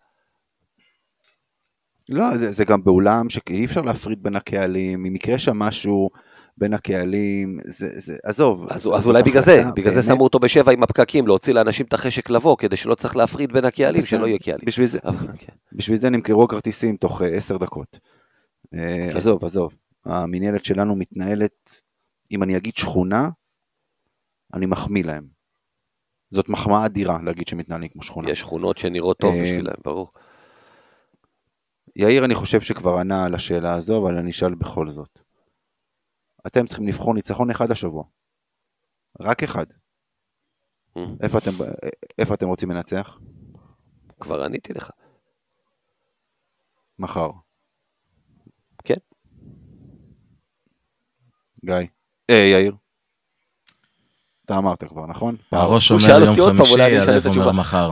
A: לא, זה גם באולם שאי אפשר להפריד בין הקהלים, אם יקרה שם משהו בין הקהלים, עזוב.
C: אז אולי בגלל זה שמו אותו ב7 עם הפקקים, להוציא לאנשים את החשק לבוא, כדי שלא צריך להפריד בין הקהלים, שלא יהיה קהלים.
A: בשביל זה נמכרו כרטיסים תוך 10 דקות. עזוב. המנהלת שלנו מתנהלת, אם אני אגיד שכונה, אני מחמיא להם. זאת מחמאה אדירה להגיד שמתנהלים כמו שכונה.
C: יש שכונות שנראות טוב בשבילם, ברור.
A: יאיר, אני חושב שכבר ענה על השאלה הזו, אבל אני אשאל בכל זאת. אתם צריכים לבחור ניצחון אחד השבוע. רק אחד. איפה אתם רוצים לנצח?
C: כבר עניתי לך.
A: מחר.
C: כן.
A: גיא. יאיר. אתה אמרת כבר, נכון?
D: הראש אומר יום חמישי, הלב אומר מחר.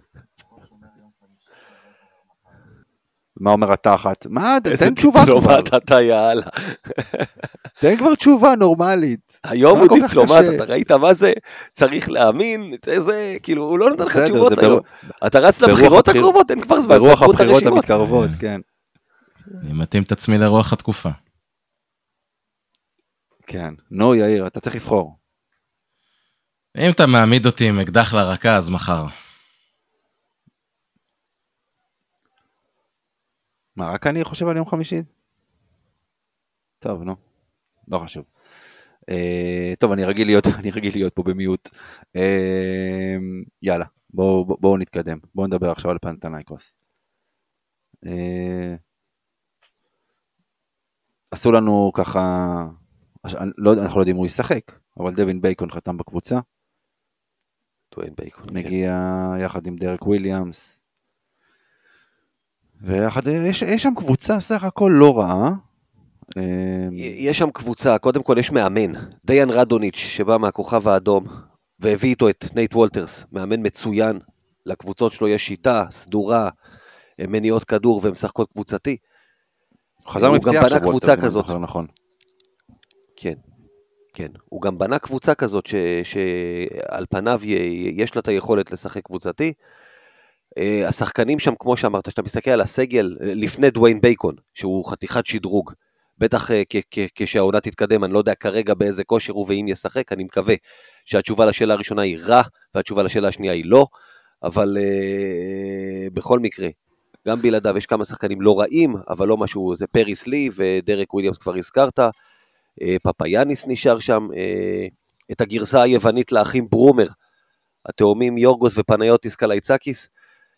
A: מה אומר אתה אחת? מה? תן תשובה כבר.
C: דיפלומט אתה יאללה.
A: תן כבר תשובה נורמלית.
C: היום הוא דיפלומט, אתה ראית מה זה? צריך להאמין, זה, כאילו, הוא לא נותן לך תשובות היום. אתה רץ לבחירות הקרובות, אין כבר זמן.
A: ברוח הבחירות המתקרבות, כן.
D: אני מתאים את עצמי לרוח התקופה.
A: כן. נו, יאיר, אתה צריך לבחור.
D: אם אתה מעמיד אותי עם אקדח לרקה, אז מחר.
A: מה, רק אני חושב על יום חמישי? טוב, נו, לא חשוב. טוב, אני רגיל להיות פה במיוט. יאללה, בואו נתקדם. בואו נדבר עכשיו על פנתנייקוס. עשו לנו ככה, אנחנו לא יודעים הוא ישחק, אבל דווין בייקון חתם בקבוצה.
C: דווין בייקון,
A: מגיע יחד עם דרק וויליאמס. ויחד, יש שם קבוצה סך הכל לא רעה.
C: יש שם קבוצה, קודם כל יש מאמן, דיין רדוניץ' שבא מהכוכב האדום, והביא איתו את נייט וולטרס, מאמן מצוין, לקבוצות שלו יש שיטה, סדורה, מניעות כדור והם משחקות קבוצתי.
A: חזר מפציעה עכשיו וולטרס, אם אני זוכר נכון.
C: כן, כן. הוא גם בנה קבוצה כזאת שעל פניו יש לה את היכולת לשחק קבוצתי. השחקנים שם, כמו שאמרת, שאתה מסתכל על הסגל לפני דוויין בייקון, שהוא חתיכת שדרוג, בטח כשהעונה תתקדם, אני לא יודע כרגע באיזה כושר הוא ואם ישחק, אני מקווה שהתשובה לשאלה הראשונה היא רע, והתשובה לשאלה השנייה היא לא, אבל בכל מקרה, גם בלעדיו יש כמה שחקנים לא רעים, אבל לא משהו, זה פריס לי ודרק וויליאמס כבר הזכרת, פפאיאניס נשאר שם, את הגרסה היוונית לאחים ברומר, התאומים יורגוס ופניוטיס קלייצקיס,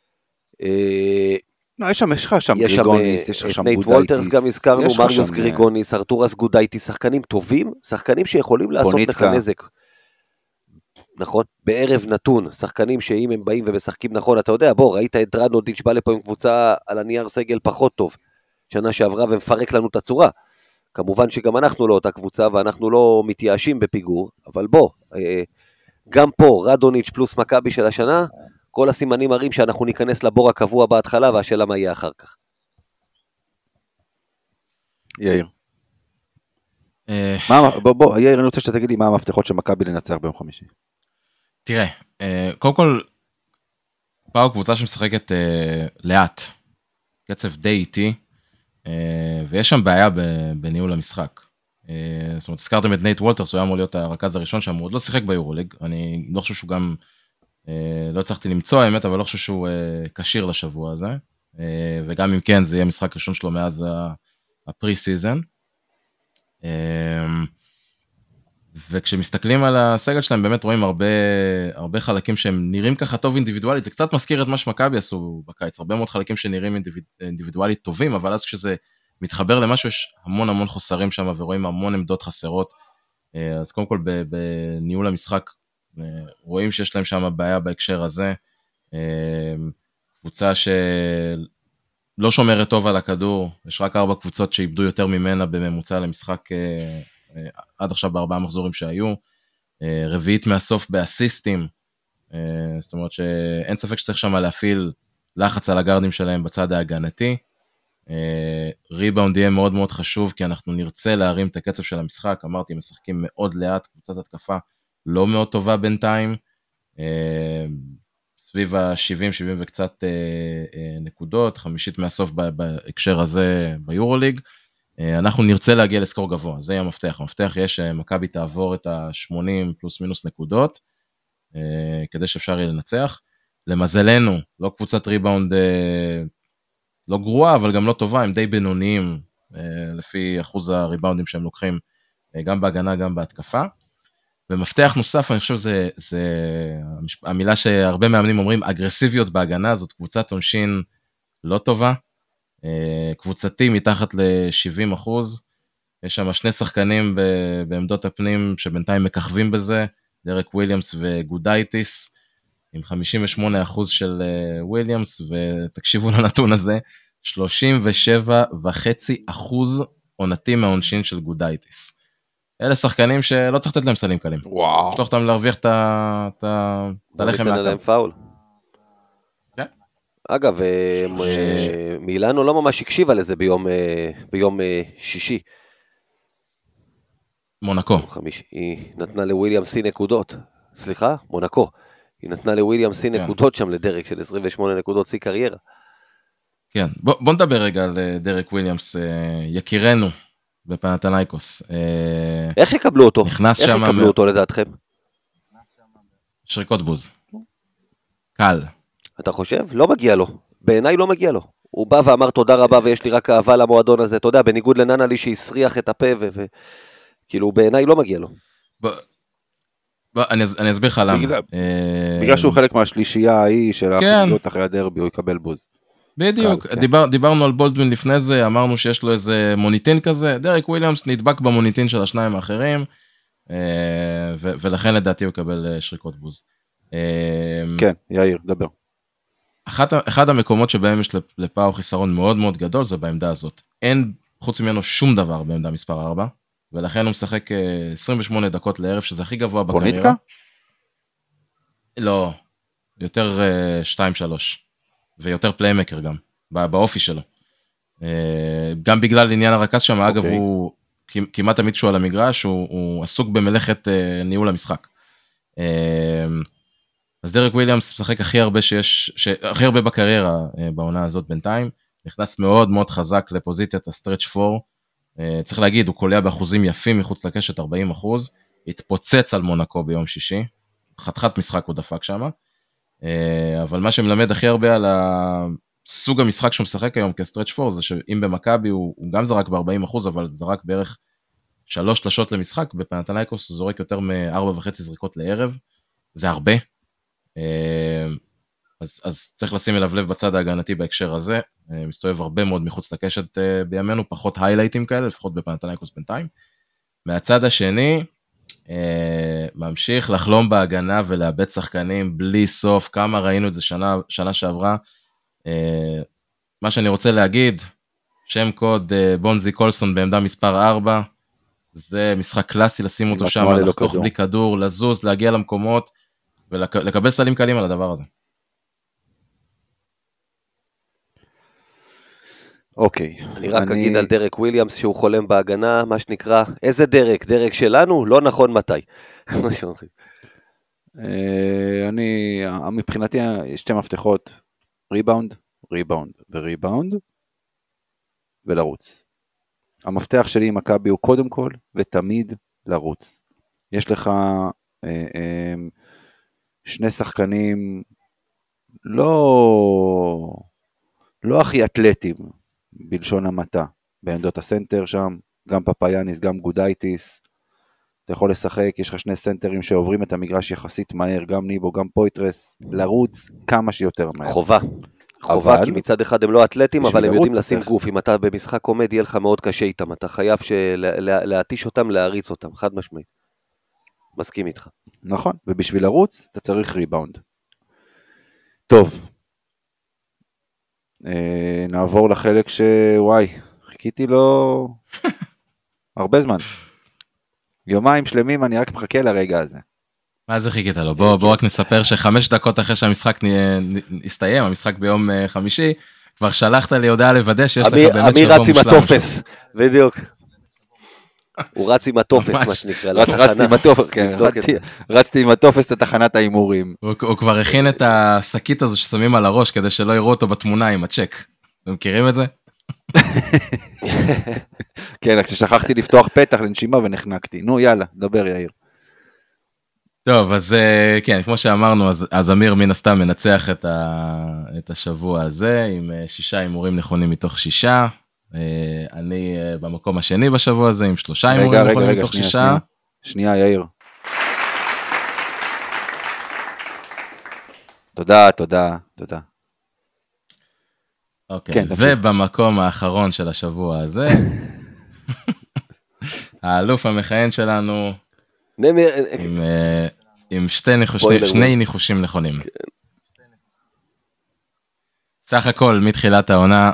A: יש שם גריגוניס, יש שם
C: נייט וולטרס גם הזכרנו, מריוס גריגוניס, ארתורס גודייטיס, שחקנים טובים, שחקנים שיכולים לעשות לך נזק. נכון, בערב נתון, שחקנים שאם הם באים ומשחקים נכון, אתה יודע, בוא, ראית את רדוניץ' בא לפה עם קבוצה על הנייר סגל פחות טוב, שנה שעברה ומפרק לנו את הצורה, כמובן שגם אנחנו לא אותה קבוצה, ואנחנו לא מתייאשים בפיגור, אבל בוא, גם פה, רדוניץ' פלוס מכבי של השנה, כל הסימנים מראים שאנחנו ניכנס לבור הקבוע בהתחלה, והשאלה מה יהיה אחר כך.
A: יאיר. יאיר, אני רוצה שתגיד לי מה המפתחות של מכבי לנצח ביום חמישי.
D: תראה, קודם כל, פעם קבוצה שמשחקת לאט, קצב די איטי, ויש שם בעיה בניהול המשחק. זאת אומרת, הזכרתם את נייט וולטרס, הוא היה אמור להיות הרכז הראשון שם, הוא עוד לא שיחק ביורוליג, אני לא חושב שהוא גם, לא הצלחתי למצוא האמת, אבל לא חושב שהוא קשיר לשבוע הזה, וגם אם כן, זה יהיה משחק ראשון שלו מאז הפרי סיזן, וכשמסתכלים על הסגל שלהם, באמת רואים הרבה חלקים שהם נראים ככה טוב אינדיבידואלית, זה קצת מזכיר את מה שמכבי עשו בקיץ, הרבה מאוד חלקים שנראים אינדיבידואלית טובים, אבל אז כשזה מתחבר למשהו, יש המון חוסרים שם, ורואים המון עמדות חסרות, אז קודם כל בניהול המשחק, רואים שיש להם שם בעיה בהקשר הזה, קבוצה שלא שומרת טוב על הכדור, יש רק 4 קבוצות שאיבדו יותר ממנה בממוצע למשחק, עד עכשיו ב4 מחזורים שהיו, רביעית מהסוף באסיסטים, זאת אומרת שאין ספק שצריך שם להפעיל לחץ על הגארדים שלהם בצד ההגנתי, ריבאונד יהיה מאוד מאוד חשוב, כי אנחנו נרצה להרים את הקצב של המשחק, אמרתי, משחקים מאוד לאט, קבוצת התקפה לא מאוד טובה בינתיים, סביב ה-70 וקצת נקודות, 50 מהסוף בהקשר הזה ביורוליג, אנחנו נרצה להגיע לסקור גבוה, זה יהיה המפתח, המפתח יהיה שמכבי תעבור את ה-80 פלוס מינוס נקודות, כדי שאפשר יהיה לנצח, למזלנו, לא קבוצת ריבאונד לא גרועה, אבל גם לא טובה, הם די בינוניים, לפי אחוז הריבאונדים שהם לוקחים, גם בהגנה, גם בהתקפה, ומפתח נוסף, אני חושב זה המילה שהרבה מאמנים אומרים, אגרסיביות בהגנה, זאת קבוצת עונשין לא טובה, קבוצתי מתחת ל-70%, יש שם 2 שחקנים בעמדות הפנים שבינתיים מככבים בזה, דרק וויליאמס וגודייטיס, עם 58% של וויליאמס, ותקשיבו לנתון הזה, 37.5% עונתים מהעונשין של גודייטיס. אלה שחקנים שלא צריך לתת להם סלים קלים.
A: וואו.
D: שלוח אותם להרוויח את הלחם
C: מהקו. להם פאול. אגב, מילאנו לא ממש הקשיבה לזה ביום שישי.
D: מונקו.
C: היא נתנה לוויליאמס נקודות. סליחה? מונקו. היא נתנה לוויליאמס נקודות שם לדרק של 28 נקודות שיא קריירה.
D: כן, בוא נדבר רגע על דרק וויליאמס, יקירנו בפנתנייקוס.
C: איך יקבלו אותו?
D: איך
C: יקבלו אותו לדעתכם?
D: שריקות בוז. קל.
C: אתה חושב? לא מגיע לו. בעיניי לא מגיע לו. הוא בא ואמר תודה רבה ויש לי רק אהבה למועדון הזה, אתה יודע, בניגוד לננלי שהסריח את הפה, וכאילו בעיניי לא מגיע לו.
D: אני אסביר לך למה.
A: בגלל שהוא חלק מהשלישייה ההיא של החגיגות אחרי הדרבי, הוא יקבל בוז.
D: בדיוק, דיברנו על בולדווין לפני זה, אמרנו שיש לו איזה מוניטין כזה, דרק וויליאמס נדבק במוניטין של השניים האחרים, ולכן לדעתי הוא יקבל שריקות בוז.
A: כן, יאיר, דבר.
D: אחד המקומות שבהם יש לפאו חיסרון מאוד מאוד גדול, זה בעמדה הזאת. אין חוץ ממנו שום דבר בעמדה מספר 4, ולכן הוא משחק 28 דקות לערב, שזה הכי גבוה בקריירה.
A: פוניטקה?
D: לא, יותר 2-3, ויותר פליימקר גם, באופי שלו. גם בגלל עניין הרכז שם, אגב, הוא כמעט תמיד שהוא על המגרש, הוא עסוק במלאכת ניהול המשחק. אז דרק וויליאמס משחק הכי הרבה בקריירה בעונה הזאת בינתיים, נכנס מאוד מאוד חזק לפוזיציית הסטרץ' 4, צריך להגיד, הוא קולע באחוזים יפים מחוץ לקשת 40%, התפוצץ על מונקו ביום שישי, חתיכת משחק הוא דפק שם, אבל מה שמלמד הכי הרבה על סוג המשחק שהוא משחק היום כסטרץ' 4, זה שאם במכבי הוא גם זרק ב-40%, אבל זרק בערך 3 שלשות למשחק, בפנתנייקוס הוא זורק יותר מ-4.5 זריקות לערב, זה הרבה, אז צריך לשים אליו לב בצד ההגנתי בהקשר הזה, מסתובב הרבה מאוד מחוץ לקשת בימינו, פחות היילייטים כאלה, לפחות בפנתנייקוס בינתיים. מהצד השני, ממשיך לחלום בהגנה ולאבד שחקנים בלי סוף, כמה ראינו את זה שנה שעברה. מה שאני רוצה להגיד, שם קוד בונזי קולסון בעמדה מספר 4, זה משחק קלאסי לשים אותו שם, לחתוך בלי כדור, לזוז, להגיע למקומות, ולקבל סלים קלים על הדבר הזה.
A: אוקיי.
C: אני רק אגיד על דרק וויליאמס שהוא חולם בהגנה, מה שנקרא, איזה דרק? דרק שלנו? לא נכון מתי.
A: מבחינתי יש 2 מפתחות, ריבאונד, ריבאונד וריבאונד, ולרוץ. המפתח שלי עם מכבי הוא קודם כל ותמיד לרוץ. יש לך 2 שחקנים לא הכי אתלטים בלשון המעטה, בעמדות הסנטר שם, גם פפאיאניס, גם גודייטיס, אתה יכול לשחק, יש לך 2 סנטרים שעוברים את המגרש יחסית מהר, גם ניבו, גם פויטרס, לרוץ כמה שיותר מהר.
C: חובה, כי מצד אחד הם לא אתלטים, אבל הם יודעים לשים גוף, אם אתה במשחק עומד, יהיה לך מאוד קשה איתם, אתה חייב להתיש אותם, להריץ אותם, חד משמעית. מסכים איתך.
A: נכון, ובשביל לרוץ, אתה צריך ריבאונד. טוב. נעבור לחלק שוואי, חיכיתי לו הרבה זמן. יומיים שלמים אני רק מחכה לרגע הזה.
D: מה זה חיכית לו? בוא רק נספר ש5 דקות אחרי שהמשחק הסתיים, המשחק ביום חמישי, כבר שלחת לי הודעה לוודא שיש לך באמת שבוע מושלם.
C: אמיר רץ עם הטופס, בדיוק. הוא רץ עם הטופס, מה שנקרא.
A: רצתי עם הטופס לתחנת האימורים.
D: הוא כבר הכין את השקית הזו ששמים על הראש, כדי שלא יראו אותו בתמונה עם הצ'ק. אתם מכירים את זה?
A: כן, כששכחתי לפתוח פתח לנשימה ונחנקתי. נו, יאללה, דבר יאיר.
D: טוב, אז כן, כמו שאמרנו, אז אמיר מן הסתם מנצח את השבוע הזה, עם 6 הימורים נכונים מתוך 6. אני במקום השני בשבוע הזה, עם 3 הימורים נכונים מתוך 6.
A: שנייה, יאיר. תודה.
D: אוקיי, ובמקום האחרון של השבוע הזה, האלוף המכהן שלנו, עם 2 ניחושים נכונים. סך הכל, מתחילת העונה,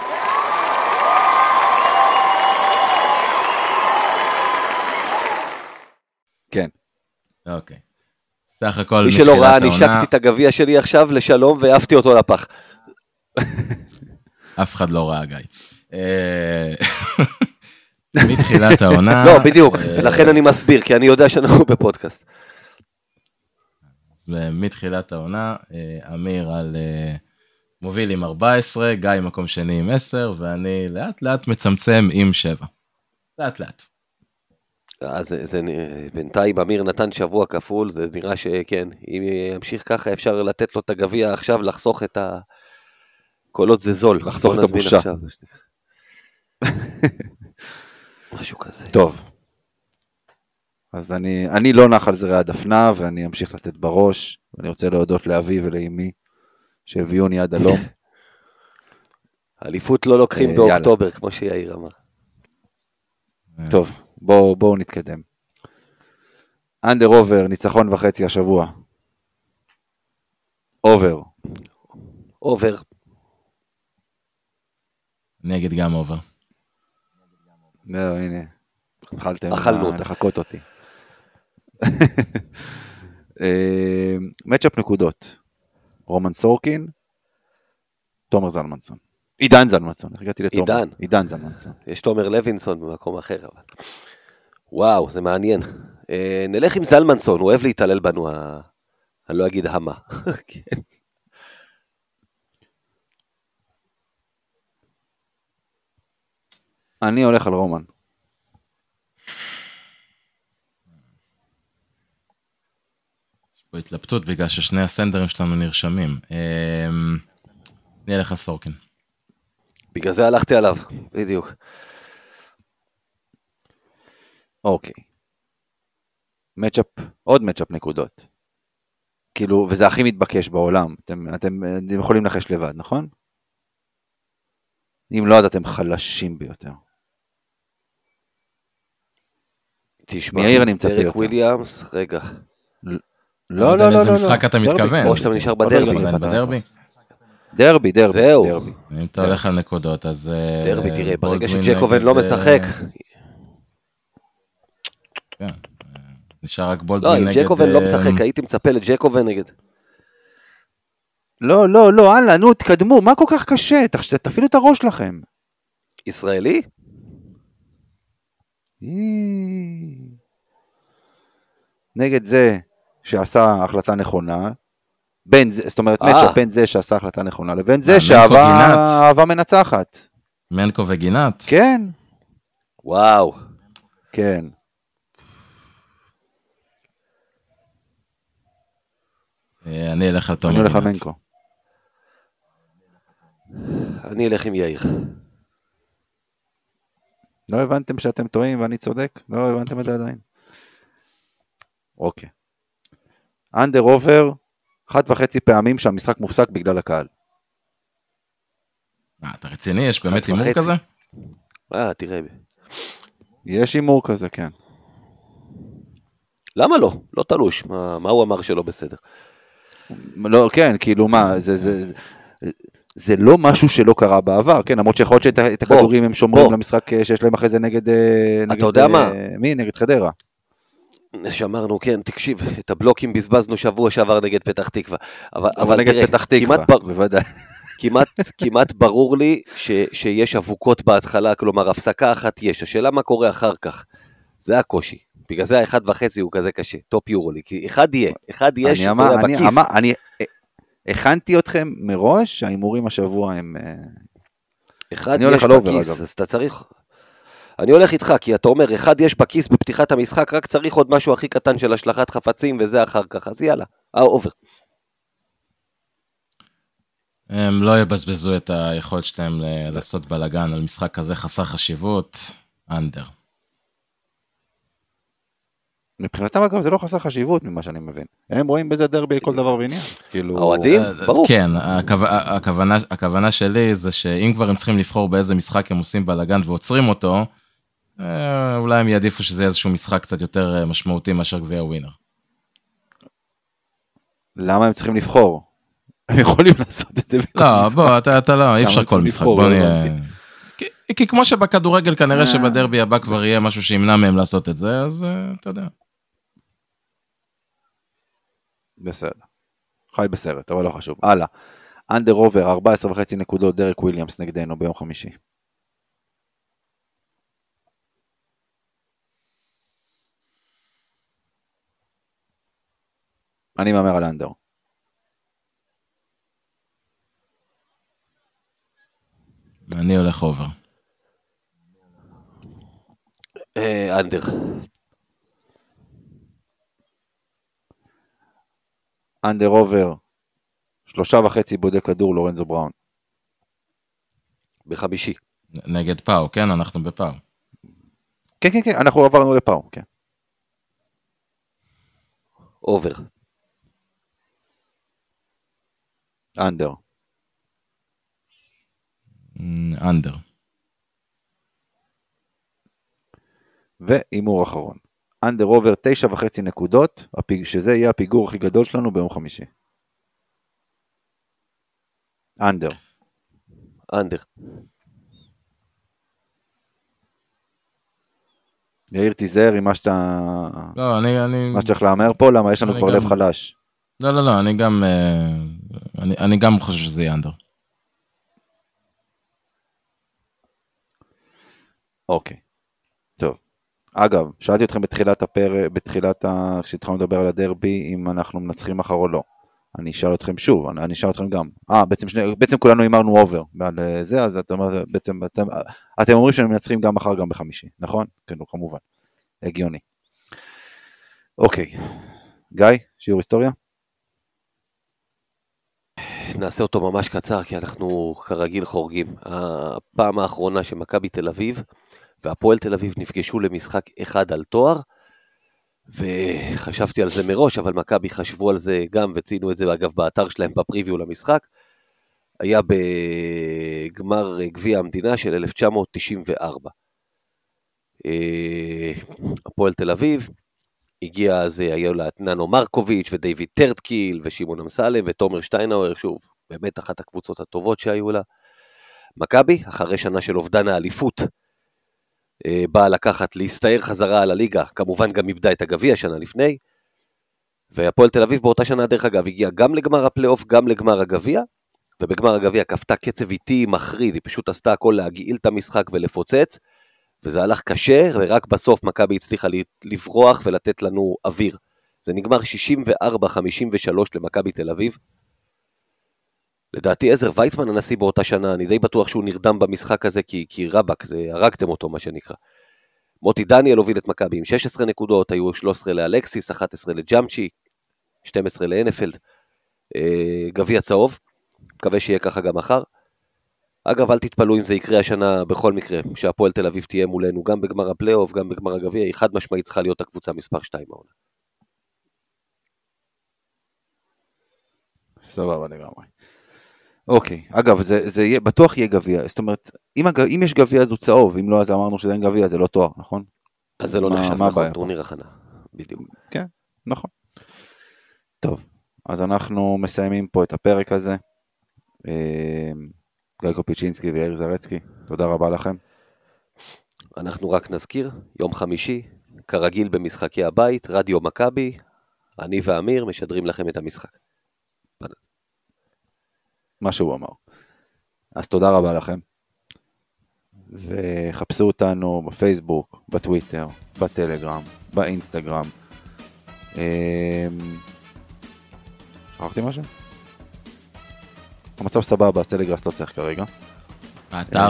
A: כן.
D: אוקיי. סך הכל,
C: מי שלא ראה, נשקתי את הגביע שלי עכשיו לשלום, והעפתי אותו לפח.
D: אף אחד לא ראה, גיא. מתחילת העונה...
C: לא, בדיוק, לכן אני מסביר, כי אני יודע שאנחנו בפודקאסט.
D: מתחילת העונה, אמיר על מוביל עם 14, גיא מקום שני עם 10, ואני לאט לאט מצמצם עם 7. לאט לאט.
C: אז בינתיים אמיר נתן שבוע כפול, זה נראה שכן, אם ימשיך ככה אפשר לתת לו את הגביע עכשיו, לחסוך כל עוד זה זול.
A: לחסוך
C: בוא
A: את
C: נזמין
A: הבושה.
C: עכשיו. משהו כזה.
A: טוב. אז אני לא נח על זרי הדפנה, ואני אמשיך לתת בראש, ואני רוצה להודות לאבי ולאמי, שהביאוני עד הלום.
C: אליפות לא לוקחים באוקטובר, כמו שיאיר אמר.
A: טוב, בואו נתקדם. אנדר אובר, ניצחון וחצי השבוע. אובר.
C: אובר.
A: לא,
D: אני אגיד גם אובר.
A: הנה, התחלתם לחכות אותי. מצ'אפ נקודות. רומן סורקין, תומר זלמנסון. עידן זלמנסון, הגעתי לתומר. עידן זלמנסון.
C: יש תומר לוינסון במקום אחר, אבל. וואו, זה מעניין. נלך עם זלמנסון, הוא אוהב להתעלל בנו, אני לא אגיד המה. כן.
A: אני הולך על רומן.
D: יש פה התלבטות בגלל ששני הסנדרים שלנו נרשמים. אני אלך על סורקין.
C: בגלל זה הלכתי עליו, בדיוק.
A: אוקיי. מצ'אפ, עוד מצ'אפ נקודות. כאילו, וזה הכי מתבקש בעולם. אתם יכולים לחש לבד, נכון? אם לא, אז אתם חלשים ביותר.
C: תשמע,
A: מאיר אני מצפה יותר.
C: דרק וויליאמס, רגע.
A: לא.
D: איזה משחק אתה מתכוון?
C: או שאתה נשאר בדרבי.
D: בדרבי?
A: דרבי.
C: זהו.
D: אם אתה הולך על נקודות, אז...
C: דרבי, תראה, ברגע שג'קובן לא משחק...
D: כן, נשאר רק בולדווין נגד...
C: לא, אם ג'קובן לא משחק, הייתי מצפה לג'קובן נגד...
A: לא, הלאה, נו, תקדמו, מה כל כך קשה? תפעילו את הראש לכם.
C: ישראלי?
A: נגד זה שעשה החלטה נכונה, זאת אומרת, מצ'אפ בין זה שעשה החלטה נכונה, לבין זה שאהבה מנצחת.
D: מנקו וגינת?
A: כן.
C: וואו.
A: כן.
D: אני אלך על תומר
A: גינת. אני הולך על
D: גינת.
A: מנקו.
C: אני אלך עם יאיר.
A: לא הבנתם שאתם טועים ואני צודק? לא הבנתם את זה עדיין. אוקיי. אנדר אובר, 1.5 פעמים שהמשחק מופסק בגלל הקהל.
D: אתה רציני? יש באמת הימור כזה?
C: תראה.
A: יש הימור כזה, כן.
C: למה לא? לא תלוש. מה הוא אמר שלא בסדר?
A: לא, כן, כאילו מה, זה לא משהו שלא קרה בעבר, כן, למרות שיכול להיות שאת הכדורים הם שומרים למשחק שיש להם אחרי זה נגד...
C: אתה יודע מה?
A: מי? נגד חדרה.
C: שאמרנו, כן, תקשיב, את הבלוקים בזבזנו שבוע שעבר נגד פתח תקווה.
A: אבל נגד פתח תקווה, בוודאי.
C: כמעט ברור לי שיש אבוקות בהתחלה, כלומר, הפסקה אחת יש. השאלה מה קורה אחר כך. זה הקושי. בגלל זה ה1.5 הוא כזה קשה. טופ יורולי. כי אחד יהיה שקורה בכיס.
A: אני הכנתי אתכם מראש, ההימורים השבוע הם...
C: אחד יש בכיס, אז אתה צריך... אני הולך איתך, כי אתה אומר, אחד יש בכיס בפתיחת המשחק, רק צריך עוד משהו הכי קטן של השלחת חפצים, וזה אחר כך, אז יאללה, אובר.
D: הם לא יבזבזו את היכולת שלהם לעשות בלגן על משחק כזה חסר חשיבות, אנדר.
A: מבחינתם אגב זה לא חסר חשיבות ממה שאני מבין. הם רואים בזה דרבי לכל דבר ועניין.
C: האוהדים? ברור.
D: כן, הכוונה שלי זה שאם כבר הם צריכים לבחור באיזה משחק הם עושים בלגן ועוצרים אותו, אולי הם יעדיפו שזה איזשהו משחק קצת יותר משמעותי מאשר גביע ווינר.
A: למה הם צריכים לבחור? הם יכולים לעשות את זה בכל משחק.
D: לא, בוא, אתה לא, אי אפשר כל משחק. בוא נהיה... כי כמו שבכדורגל כנראה שבדרבי הבא כבר יהיה משהו שימנע מהם לעשות את זה, אז אתה יודע.
A: בסדר. חי בסרט, אבל לא חשוב. הלאה. אנדר אובר, 14.5 נקודות, דרק וויליאמס נגדנו ביום חמישי. אני מאמר על אנדר.
D: אני הולך אובר.
C: אנדר.
A: אנדר אובר, 3.5 בודק כדור לורנזו בראון.
C: בחמישי.
D: נגד פאו, כן, אנחנו בפאו.
A: כן, כן, כן, אנחנו עברנו לפאו, כן.
C: אובר.
A: אנדר.
D: אנדר.
A: ואימור אחרון. אנדר אובר 9.5 נקודות, שזה יהיה הפיגור הכי גדול שלנו ביום חמישי. אנדר.
C: אנדר.
A: יאיר תיזהר עם מה שאתה...
D: לא,
A: מה שצריך לאמר פה, למה יש לנו כבר לב חלש.
D: לא, אני גם חושב שזה יהיה אנדר.
A: אוקיי, טוב. אגב, שאלתי אתכם כשהתחלנו לדבר על הדרבי, אם אנחנו מנצחים מחר או לא. אני אשאל אתכם שוב, אני אשאל אתכם גם. בעצם כולנו אמרנו אובר, ועל זה, אז אתם אומרים שהם מנצחים גם מחר, גם בחמישי, נכון? כן, כמובן. הגיוני. אוקיי. גיא, שיעור היסטוריה?
C: נעשה אותו ממש קצר, כי אנחנו כרגיל חורגים. הפעם האחרונה שמכבי תל אביב והפועל תל אביב נפגשו למשחק אחד על תואר, וחשבתי על זה מראש, אבל מכבי חשבו על זה גם, וציינו את זה אגב באתר שלהם בפריוויו למשחק, היה בגמר גביע המדינה של 1994. הפועל תל אביב, הגיע אז, היו לה ננו מרקוביץ' ודייוויד טרטקיל ושמעון אמסלם ותומר שטיינאוור, שוב, באמת אחת הקבוצות הטובות שהיו לה. מכבי, אחרי שנה של אובדן האליפות, באה לקחת להסתער חזרה על הליגה, כמובן גם איבדה את הגביע שנה לפני, והפועל תל אביב באותה שנה דרך אגב הגיעה גם לגמר הפלייאוף, גם לגמר הגביע, ובגמר הגביע כפתה קצב איטי מחריד, היא פשוט עשתה הכל להגעיל את המשחק ולפוצץ, וזה הלך קשה, ורק בסוף מכבי הצליחה לברוח ולתת לנו אוויר. זה נגמר 64-53 למכבי תל אביב. לדעתי עזר ויצמן הנשיא באותה שנה, אני די בטוח שהוא נרדם במשחק הזה, כי רבק, זה הרגתם אותו מה שנקרא. מוטי דניאל הוביל את מכבי עם 16 נקודות, היו 13 לאלקסיס, 11 לג'אמצ'י, 12 לאנפלד, גביע צהוב, מקווה שיהיה ככה גם מחר. אגב, אל תתפלו אם זה יקרה השנה בכל מקרה, שהפועל תל אביב תהיה מולנו, גם בגמר הפלייאוף, גם בגמר הגביע, היא חד משמעית צריכה להיות הקבוצה מספר 2 העונה.
A: סבבה לגמרי. אוקיי, אגב, זה יהיה, בטוח יהיה גביע, זאת אומרת, אם יש גביע אז הוא צהוב, אם לא אז אמרנו שזה אין גביע, זה לא תואר, נכון?
C: אז זה לא נחשב, נכון, טורניר הכנה, בדיוק.
A: כן, נכון. טוב, אז אנחנו מסיימים פה את הפרק הזה. גיא קופיצ'ינסקי ויאיר זרצקי, תודה רבה לכם.
C: אנחנו רק נזכיר, יום חמישי, כרגיל במשחקי הבית, רדיו מכבי, אני ואמיר משדרים לכם את המשחק.
A: מה שהוא אמר. אז תודה רבה לכם. וחפשו אותנו בפייסבוק, בטוויטר, בטלגרם, באינסטגרם. ערכתי משהו? המצב סבבה, סלגרס לא צריך כרגע.
D: האתר.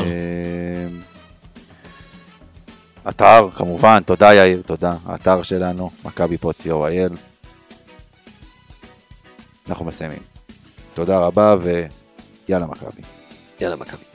A: אתר, כמובן, תודה יאיר, תודה. האתר שלנו, מכבי.co.il. אנחנו מסיימים. תודה רבה ויאללה מכבי.
C: יאללה מכבי.